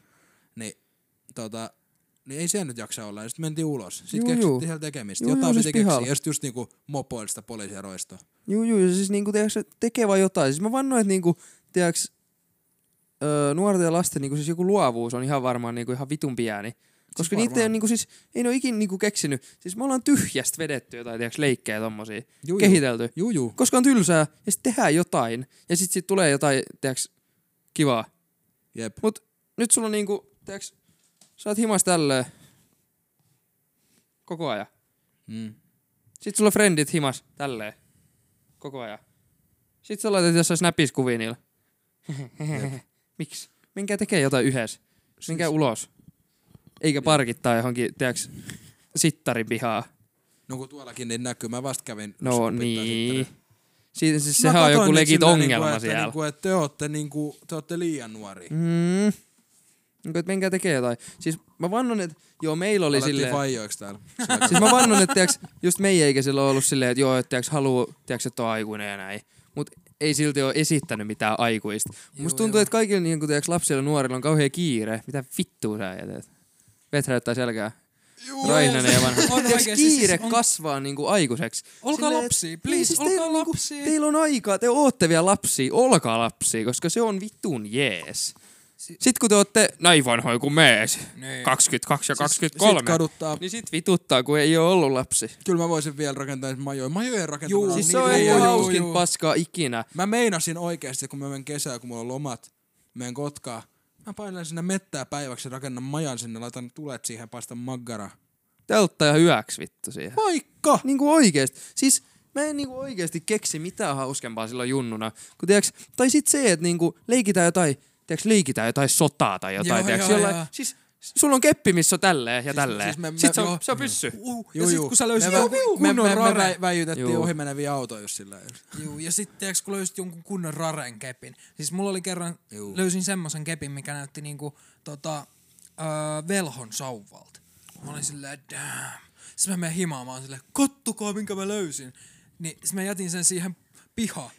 Niin ei siellä nyt jaksa olla, ja sitten mentiin ulos. Sitten keksittiin siellä tekemistä. Jotain piti keksiä, ja sitten just niinku mopoilista poliisia roistoa. Ja siis niinku tiiäks tekee vaan jotain. Siis mä vannoin, että niinku tiiäks nuorten ja lasten niinku siis joku luovuus on ihan varmaan niinku ihan vitun pieni. Koska siis niitä ei niinku siis, ei ne oo ikin niinku keksinyt. Siis me ollaan tyhjästä vedetty jotain tiiäks leikkejä tommosia. Kehitelty. Koska on tylsää, ja sit tehdään jotain. Ja sit tulee jotain, tiiäks, kivaa. Jep. Mut nyt sulla on niinku, tiiäks, sä oot himas tälleen. Koko ajan. Sit sulla on friendit himas tälleen. Koko ajan. Sit sä laitat jossain snapis kuvia niillä. Miksi? Menkää tekee jotain yhdessä. Menkää ulos. Eikä parkittaa johonkin, tiiäks, sittarin pihaa. No kun tuollakin niin näkyy, mä vasta kävin. No niin. Siis sehän on joku legit ongelma siellä. Niinku, että te ootte liian nuoria. Niinku, että menkää tekee jotain. Siis mä vannon, että joo, meillä oli silleen... Alettiin faijoiksi täällä. Siis mä vannon, että tiiäks, just meidän ikäisillä on ollut silleen, että joo, että tiiäks, haluu, tiiäks, että on aikuinen ja näin. Mut ei silti ole esittänyt mitään aikuista. Musta tuntuu, että kaikilla niin tiiäks, lapsilla ja nuorilla on kauhea kiire. Mitä vittua sä jätet? Veträyttää selkää. Raihnanen ja vanha. Kiire kasvaa niinku aikuiseksi. Olkaa lapsia, please, siis olkaa lapsia. Teillä on aikaa, te ootte vielä lapsia, olkaa lapsia, koska se on vitun jees. Sitten kun te ootte näin vanhoja kuin me, 22 ja 23, sit kaduttaa. Niin sit vituttaa, kun ei oo ollut lapsi. Kyllä mä voisin vielä rakentaa majoja. Majojen rakentaminen siis se on ihan hauskin paskaa ikinä. Mä meinasin oikeesti, kun mä menen kesää, kun mulla on lomat, menen Kotkaan, Mä painelen sinne mettää päiväksi, rakennan majan sinne, laitan tulet siihen, paistan maggaraa. Te ihan hyväksi vittu siihen. Vaikka! Niinku oikeesti. Siis mä en niinku oikeesti keksi mitään hauskempaa silloin junnuna. Kun tiiäks, tai sit se, että niinku leikitään jotain sotaa tai jotain. Joo. Siis sulla on keppi, missä on tälleen ja tälleen. Sit se on pyssy. Ja sit kun sä löysit Me kunnon raren. väijytettiin ohi meneviä autoja just sillä. Juu, ja sit tiiäks kun löysit jonkun kunnon raren kepin. Siis mulla oli kerran, löysin semmosen kepin, mikä näytti niinku velhon sauvalta. Mä olin silleen, damn. Sitten mä menen himaan, mä oon silleen, kattokaa minkä mä löysin. Niin sit mä jätin sen siihen pihaan.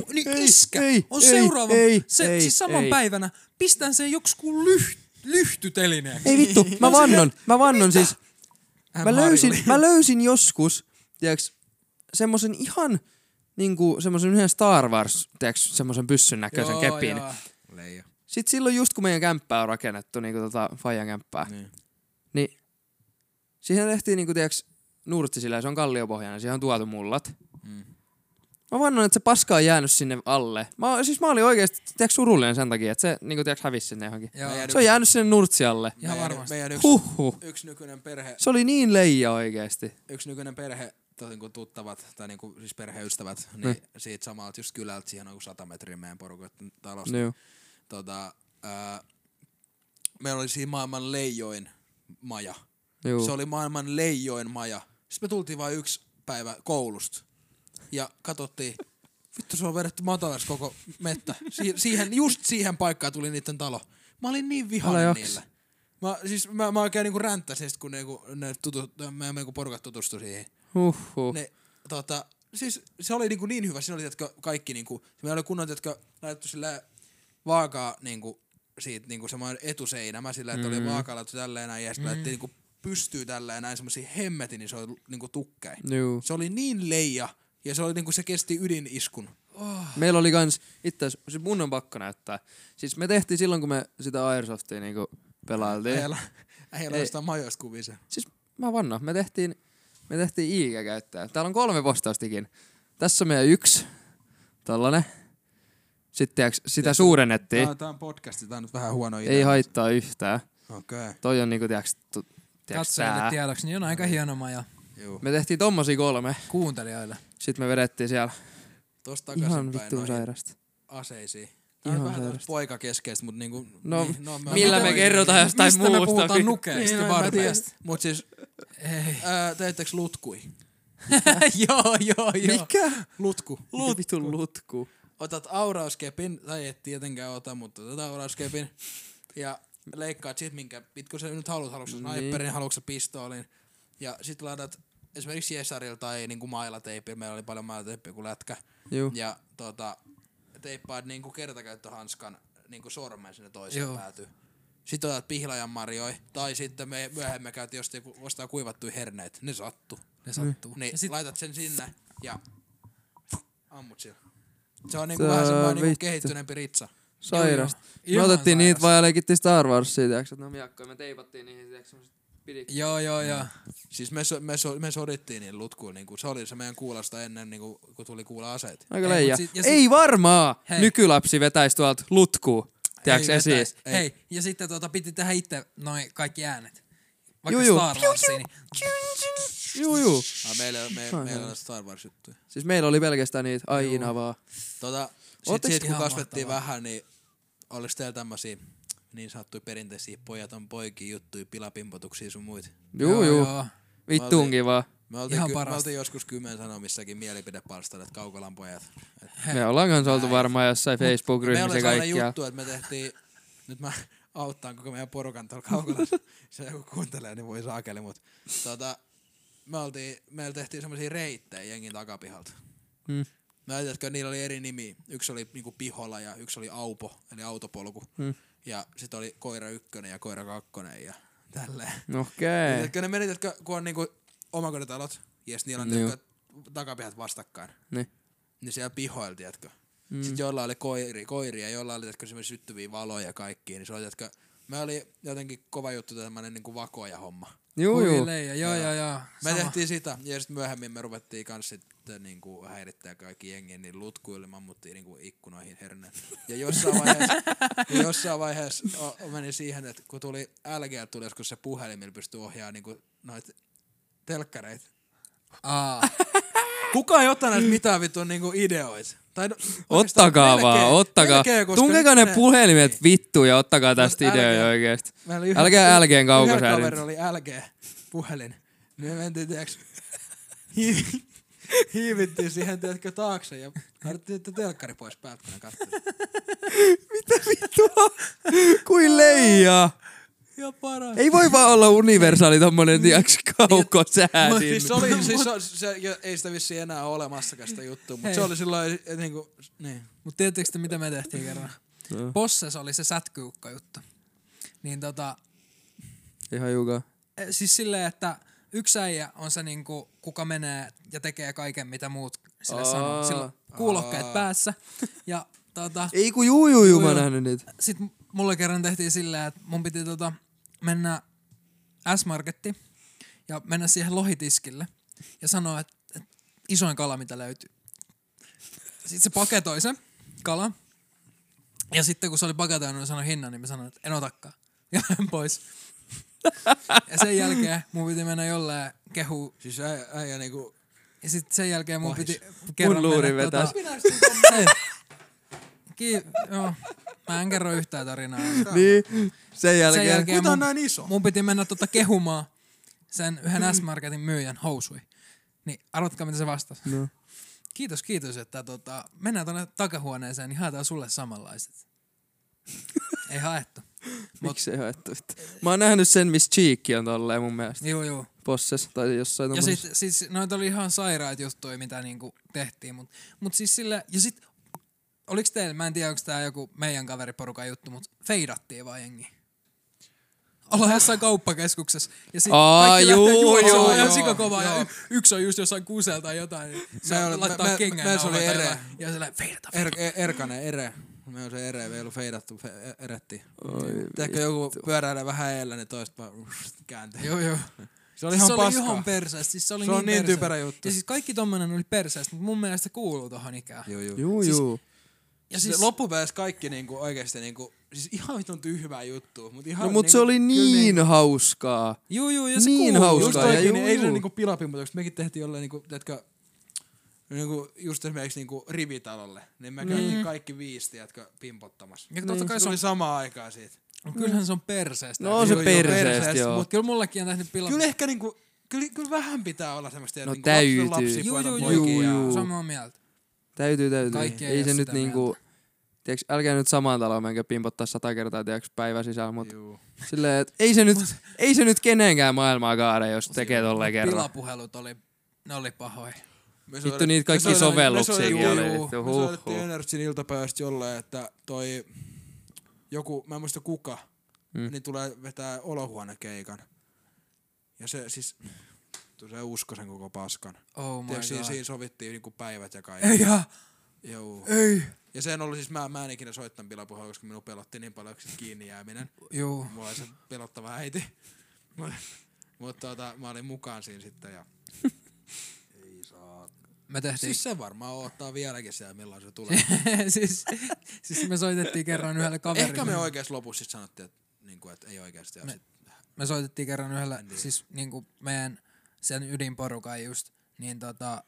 Siis saman päivänä pistän sen joksikin lyhtytelineeksi. Ei vittu, mä vannon siis. Mä löysin joskus, tiiäks, semmosen ihan niinku semmosen yhden Star Wars, tiiäks, semmosen pyssyn näköisen kepin. Leija. Sitten silloin just kun meidän kämppää on rakennettu, niinku Fajan kämppää, niin siihen tehtiin niinku tiiäks nurtsi sillä, se on kalliopohjainen, siihen on tuotu mullat. Mä vannon, että se paska on jäänyt sinne alle. Mä olin oikeesti tiiäks surullinen sen takia, että se niinku tiiäks hävisi sinne johonkin. Se on jäänyt sinne nurtsi alle. Ihan varmasti. Meidän yksi nykyinen perhe. Se oli niin leija oikeesti. Yksi nykyinen perhe, niinku tuttavat, tai niinku siis perheystävät, niin siitä samalta just kylältä siihen on kuin 100 metriä meidän porukoiden talosta. Meillä oli siinä maailman leijoin maja. Se oli maailman leijoin maja. Sitten me tultiin vain yksi päivä koulusta. Ja katsottiin, vittu se on vedetty matalaksi koko mettä. Just siihen paikkaan tuli niitten talo. Mä olin niin vihainen niille. Mä oikein niinku ränttäsin, kun meidän porukat tutustui siihen. Siis se oli niin hyvä. Siinä oli kaikki niinku, meillä oli kunnon laitettu sillä vaakaa niinku siitä niinku semmoinen etuseinämä sillä, että oli vaakaa laittu tälleen näin ja sitten laitettiin niinku pystyy tälleen näin semmosia hemmetin, niin se oli niinku tukkäin. Se oli niin leija. Ja se oli niinku se kesti ydiniskun. Meillä oli kans, itse asiassa mun on pakko näyttää. Siis me tehtiin silloin, kun me sitä Airsoftia niinku pelailtiin. Ei ole jostain majoista kuvia se. Siis mä vannon, me tehtiin IG-käyttäjä. Täällä on 3 postaustikin. Tässä on meidän 1, tollanen. Sitten sitä suurennettiin. Tää on podcasti, tää on nyt vähän huono idea. Ei haittaa yhtään. Okei. Toi on niinku katsojille tiedoksi, niin on aika hieno maja. Me tehtiin tommosia 3. Kuuntelijoille. Sitten me vedettiin siellä tosta ihan vittuun sairasta. Aseisiin. Tää on vähän poikakeskeistä, mut niinku... Millä me kerrotaan jostain muusta. Mistä me puhutaan nukeista ja barbeista? Mut siis, teettekö lutkui? Joo. Mikä? Lutku. Vitun lutku. Otat aurauskepin, tai et tietenkään ota, mutta otat aurauskepin. Ja leikkaat sit minkä, pitko sä nyt haluatko sniperin, haluatko pistoolin. Ja sit laitat esimerkiksi Jesarilla tai niinku mailateipillä, meillä oli paljon mailateippiä kuin lätkä. Ja teippaat niinku kertakäyttöhanskan niinku sormen sinne toiseen päätyy. Sitten otat pihlajan marjoi, tai sitten me myöhemmin käytiin jostain ostaa kuivattuja herneitä. Ne sattuu. Niin laitat sen sinne ja ammut sillä. Se on niinku vähän semmoinen niinku kehittyneempi ritsa. Sairasta. Me otettiin niitä vaan ja leikittiin Star Warsia, tiiäks, että miakkoja. Me teipattiin niihin, tiiäks, semmoset pidikkeet. Joo. Siis me sodittiin niin lutkuun, niinku, se oli se meidän kuulasta ennen, niinku, kun tuli kuulla aseet. Aika leija. Ei varmaa nykylapsi vetäis tuolta lutkuu, tiiäks, esiin. Hei, ja sitten piti tehdä itse noin kaikki äänet. Vaikka Star Warsiin. Juu. Meillä on Star Wars juttuja. Siis meillä oli pelkästään niitä aina vaan. Sit kun kasvettiin vähän, niin olis teillä tämmösiä niin sanottuja perinteisiä pojat on poikia juttuja, pilapimpotuksia sun muita? Juu. Vittuunkin vaan. Me oltiin joskus 10 sanomissakin mielipidepalstalla, että Kaukolan pojat. Me ollaan kans oltu varmaan jossain Facebook-ryhmissä kaikkia. Me oli sellainen juttu, että me tehtiin, nyt mä auttaan koko meidän porukan tuolla Kaukolassa. Se joku kuuntelee, niin voi saakeli, mut meillä tehtiin semmosia reittejä jengin takapihalta. Mä ajattelin, että niillä oli eri nimiä. Yksi oli niinku Pihola ja yksi oli Aupo, eli autopolku. Ja sit oli Koira 1 ja Koira 2 ja tälleen. Okei. Etkö ne menit, kun on niinku omakotitalot, ja sit niillä on takapihat vastakkain. Niin siellä pihoilti, jätkö. Sit joilla oli koiria, joilla oli semmoisia syttyviä valoja ja kaikkia, niin se oli, jätkö, Me oli jotenkin kova juttu tämmönen niinku vakoja homma. Juu. Joo. Me tehtiin sitä, ja sitten myöhemmin me ruvettiin kans sitten niinku häirittää kaikki jengi, niin lutkuille mammuttiin niinku ikkunoihin herneet. Ja jossain vaiheessa meni siihen, että kun tuli LG, tuli joskus se puhelin, millä pystyi ohjaamaan niinku noita telkkareita. Kukaan ei ottanut näistä mitään vitun niinku ideoita. Ottakaa vaan. Tunkekaa ne nyt puhelimet vittuun ja ottakaa tästä ideoja oikeesti. Älkää LGn kaukosäädintä. Yhdellä kaverilla oli LG-puhelin. Me mentiin, tiiäks, hiivittiin siihen, tiedätkö, taakse ja harjoittiin, että telkkari pois päältä, kun ne katteli. Mitä vittua? Kuin leijaa. Ja paras. Ei voi vaan olla universaali tommonen, tiiäks, kaukosäädin. Ei sitä vissiin enää ole olemassakaan sitä juttua, mutta se oli silloin niinku, niin. Mut tiedättekö te, mitä me tehtiin kerran? No. Posses oli se sätkyukka-juttu. Niin Ihan jukaa. siis silleen, että yksi äijä on se niinku, kuka menee ja tekee kaiken, mitä muut sille sanoo. Sillä kuulokkeet päässä. Ja Ei kun juu, mä oon nähnyt niitä. sit mulle kerran tehtiin silleen, että mun piti mennä S-Markettiin ja mennä siihen lohitiskille ja sanoa, että isoin kala, mitä löytyy. Sitten se paketoi se kala. Ja sitten kun se oli paketoinut ja sanoi hinnan, niin mä sanoin, että en otakaan. Ja lähdin pois. Ja sen jälkeen mun piti mennä jolleen kehuu. Siis äijä niinku. Ja sitten sen jälkeen mun piti kerran mun luuri mennä joo. Mä en kerro yhtään tarinaa. Niin, sen jälkeen Kuinka on näin iso? Mun piti mennä kehumaan sen yhden S-Marketin myyjän housui. Niin arvatkaa mitä se vastasi. No. Kiitos, että mennään tonne takahuoneeseen, niin haetaan sulle samanlaiset. Ei haettu. Miksi ei haettu? Mä oon nähnyt sen, missä Cheekki on tolleen mun mielestä. Joo. Possessa tai jossain Ja tommosessa. siis noita oli ihan sairaat juttuja, mitä niinku tehtiin. Mut siis sille, ja sit oliks teillä, mä en tiedä onko tää joku meidän kaveriporukan juttu, mut feidattiin vaan jengi. Ollaan jossain kauppakeskuksessa. Ja sit kaikki lähtee juoksemaan ihan sikakovaa. Ja yksi on just jossain kuuselta tai jotain. Niin se laittaa kengän ja se feidata. Erkanen, Ere. Me on se Ere, veilu feidattu, erettiin. Tehkö joku pyöräilee vähän eellä, niin toista vaan kääntyy. Joo. Se oli ihan paskaa. Se oli ihan perseestä. Siis se on niin typerä juttu. Ja siis kaikki tommonen oli perseestä, mutta mun mielestä se kuuluu tohon ikään. Joo. Ja siis loppupeleissä kaikki niinku oikeesti niinku, siis ihan vitun tyhmää juttua. Mut ihan mut niinku, se oli niin hauskaa. Joo, ja se niin kuuluu. hauskaa. Just oikein, niin ei se niinku pilapimpotukset. Mekin tehtiin jolleen niinku, tiedätkö, niinku just esimerkiksi niinku rivitalolle. Niin me käytiin kaikki 5, tiedätkö, pimpottamassa. Ja totta kai se oli samaan aikaan siitä. Kyllähän se on perseestä. No on se perseestä, joo. Mut kyllä mullekin on tehnyt pilapimpotukset. Kyllä ehkä niinku, kyllä vähän pitää olla semmoista, No niinku täytyy. Joo. Samaa mieltä. Täytyy. Kaikki ei se nyt sitä niinku. Tiedätkö, älkää nyt samaan taloon menkö pimpottaa 100 kertaa tiedätkö, päivän sisällä, mutta silleen, että ei se nyt kenenkään maailmaa kaade, jos tekee tolleen kerran. Pilapuhelut ne oli pahoja. Vittu niitä kaikki sovelluksiakin oli. Vittu, me soitettiin Energyn iltapäivästä jolleen, että toi joku, mä en muista kuka, niin tulee vetää olohuonekeikan. Ja se siis, se usko sen koko paskan. Oh my god. Siinä sovittiin niinku päivät ja kaikki. Ei. Ja sen oli siis, mä en ikinä soittanut pilapuhelua, koska minun pelotti niin paljon kiinni jääminen. Joo. Mulla oli se pelottava äiti. Mutta mä olin mukaan siinä sitten ja ei saa. Me tehtiin. Siis se varmaan odottaa vieläkin siellä, milloin se tulee. siis me soitettiin kerran yhdelle kaverille. Ehkä me oikeesti lopussa sit sanottiin, että niinku, et ei oikeesti. Me soitettiin kerran yhdelle, siis niinku meidän sen ydinporukan just, niin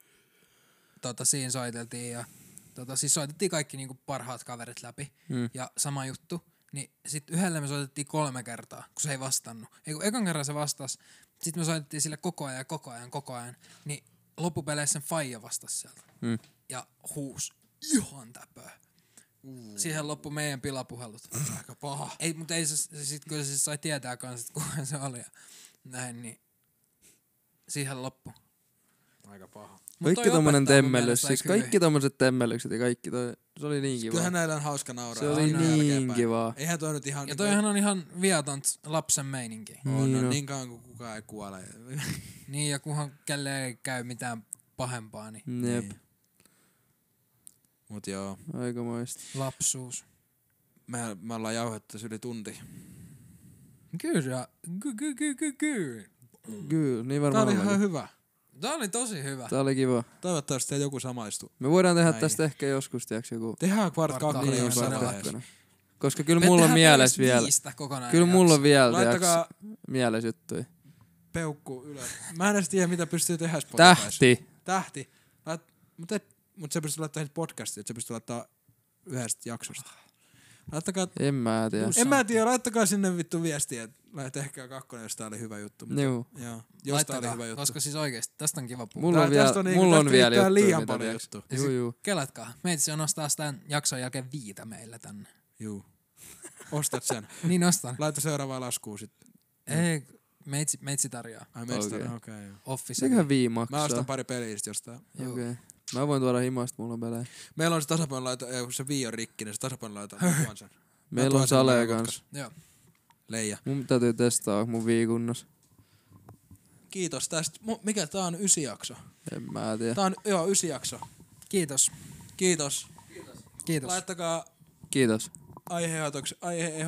siinä soiteltiin ja siis soitettiin kaikki niinku parhaat kaverit läpi ja sama juttu. Niin sit yhdelle me soitettiin 3 kertaa, kun se ei vastannut. Ekan kerran se vastasi, sit me soitettiin sille koko ajan. Niin loppupeleissä sen faija vastasi sieltä. Ja huus ihan täpöä. Siihen loppu meidän pilapuhelut. Aika paha. Ei, mutta ei sit kyllä se sai tietää kans, että kuka se oli ja näin, niin siihen loppu. Aika paha. Kaikki tommonen temmellys, siis kaikki tommoset temmellykset ja kaikki toi, se oli niin kiva. Kyllähän näillä on hauska nauraa. Se oli niin kivaa. Eihän toi nyt ihan. Ja toihan on ihan viaton lapsen meininki. On niin kauan kuin kukaan ei kuole. Niin ja kunhan kelle ei käy mitään pahempaa, niin. Jep. Niin. Mut joo. Aikamoista. Lapsuus. Me ollaan jauhettu yli tunti. Kyllä. Kyllä, niin Tää varmaan oli ihan ollakin. hyvä. Tää oli tosi hyvä. Tää oli kiva. Toivottavasti joku samaistuu. Me voidaan tehdä Näin. tästä ehkä joskus, tiiäks joku... Tehdään Kvart Kvart 2 kakkonen, Niin, jossain Kvart vaiheessa. kakkonen. Koska kyllä Me mulla on tehdään mielessä pelkästään vielä... viistä kokonaan Kyllä mulla on vielä, Laittakaa mielessä juttuja. peukku ylös. Mä en edes tiedä, mitä pystyy tehdä Spotifyssa. Tähti. Mutta se pystyy laittamaan podcastiin, että se pystyy laittamaan yhdestä jaksosta. Laittakaa... En mä tiedä. En mä tiedä, laittakaa sinne vittu viestiä, että tehkää 2, jos tää oli hyvä juttu. Mutta, Juu. joo, jos tää oli hyvä juttu. Koska siis oikeesti tästä on kiva puhua. Mulla on vielä, tästä mulla on tästä vielä riittää juttuja, liian mitä paljon tiiäks. juttuja. Juu. Kelatkaa. Meitsi on ostaa tämän jakson jälkeen 5 meille tänne. Juu. Ostat sen. Niin ostan. Laita seuraavaa laskuun sit. Ei, meitsi tarjoaa. Ai meistä Okei. okei. Joo. Office. Mikähän vii Mä maksaa? ostan pari peliä sit jostain. Joo. Okei. Mä voin tuoda himasta, mulla on pelejä. Meillä on se tasapainolaita, kun se Wii on rikki, niin se tasapainolaita on sen. Meillä on Sale kans. Joo. Leija. Mun täytyy testaa, mun viikunnos. Kiitos tästä. Mikä tää on 9 jakso? En mä tiedä. Tää on 9 jakso. Kiitos. Kiitos. Kiitos. Laittakaa Kiitos.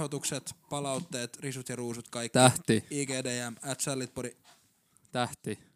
aiheehdotukset, palautteet, risut ja ruusut, kaikki. Tähti. IGDM, @sallitpori. Tähti.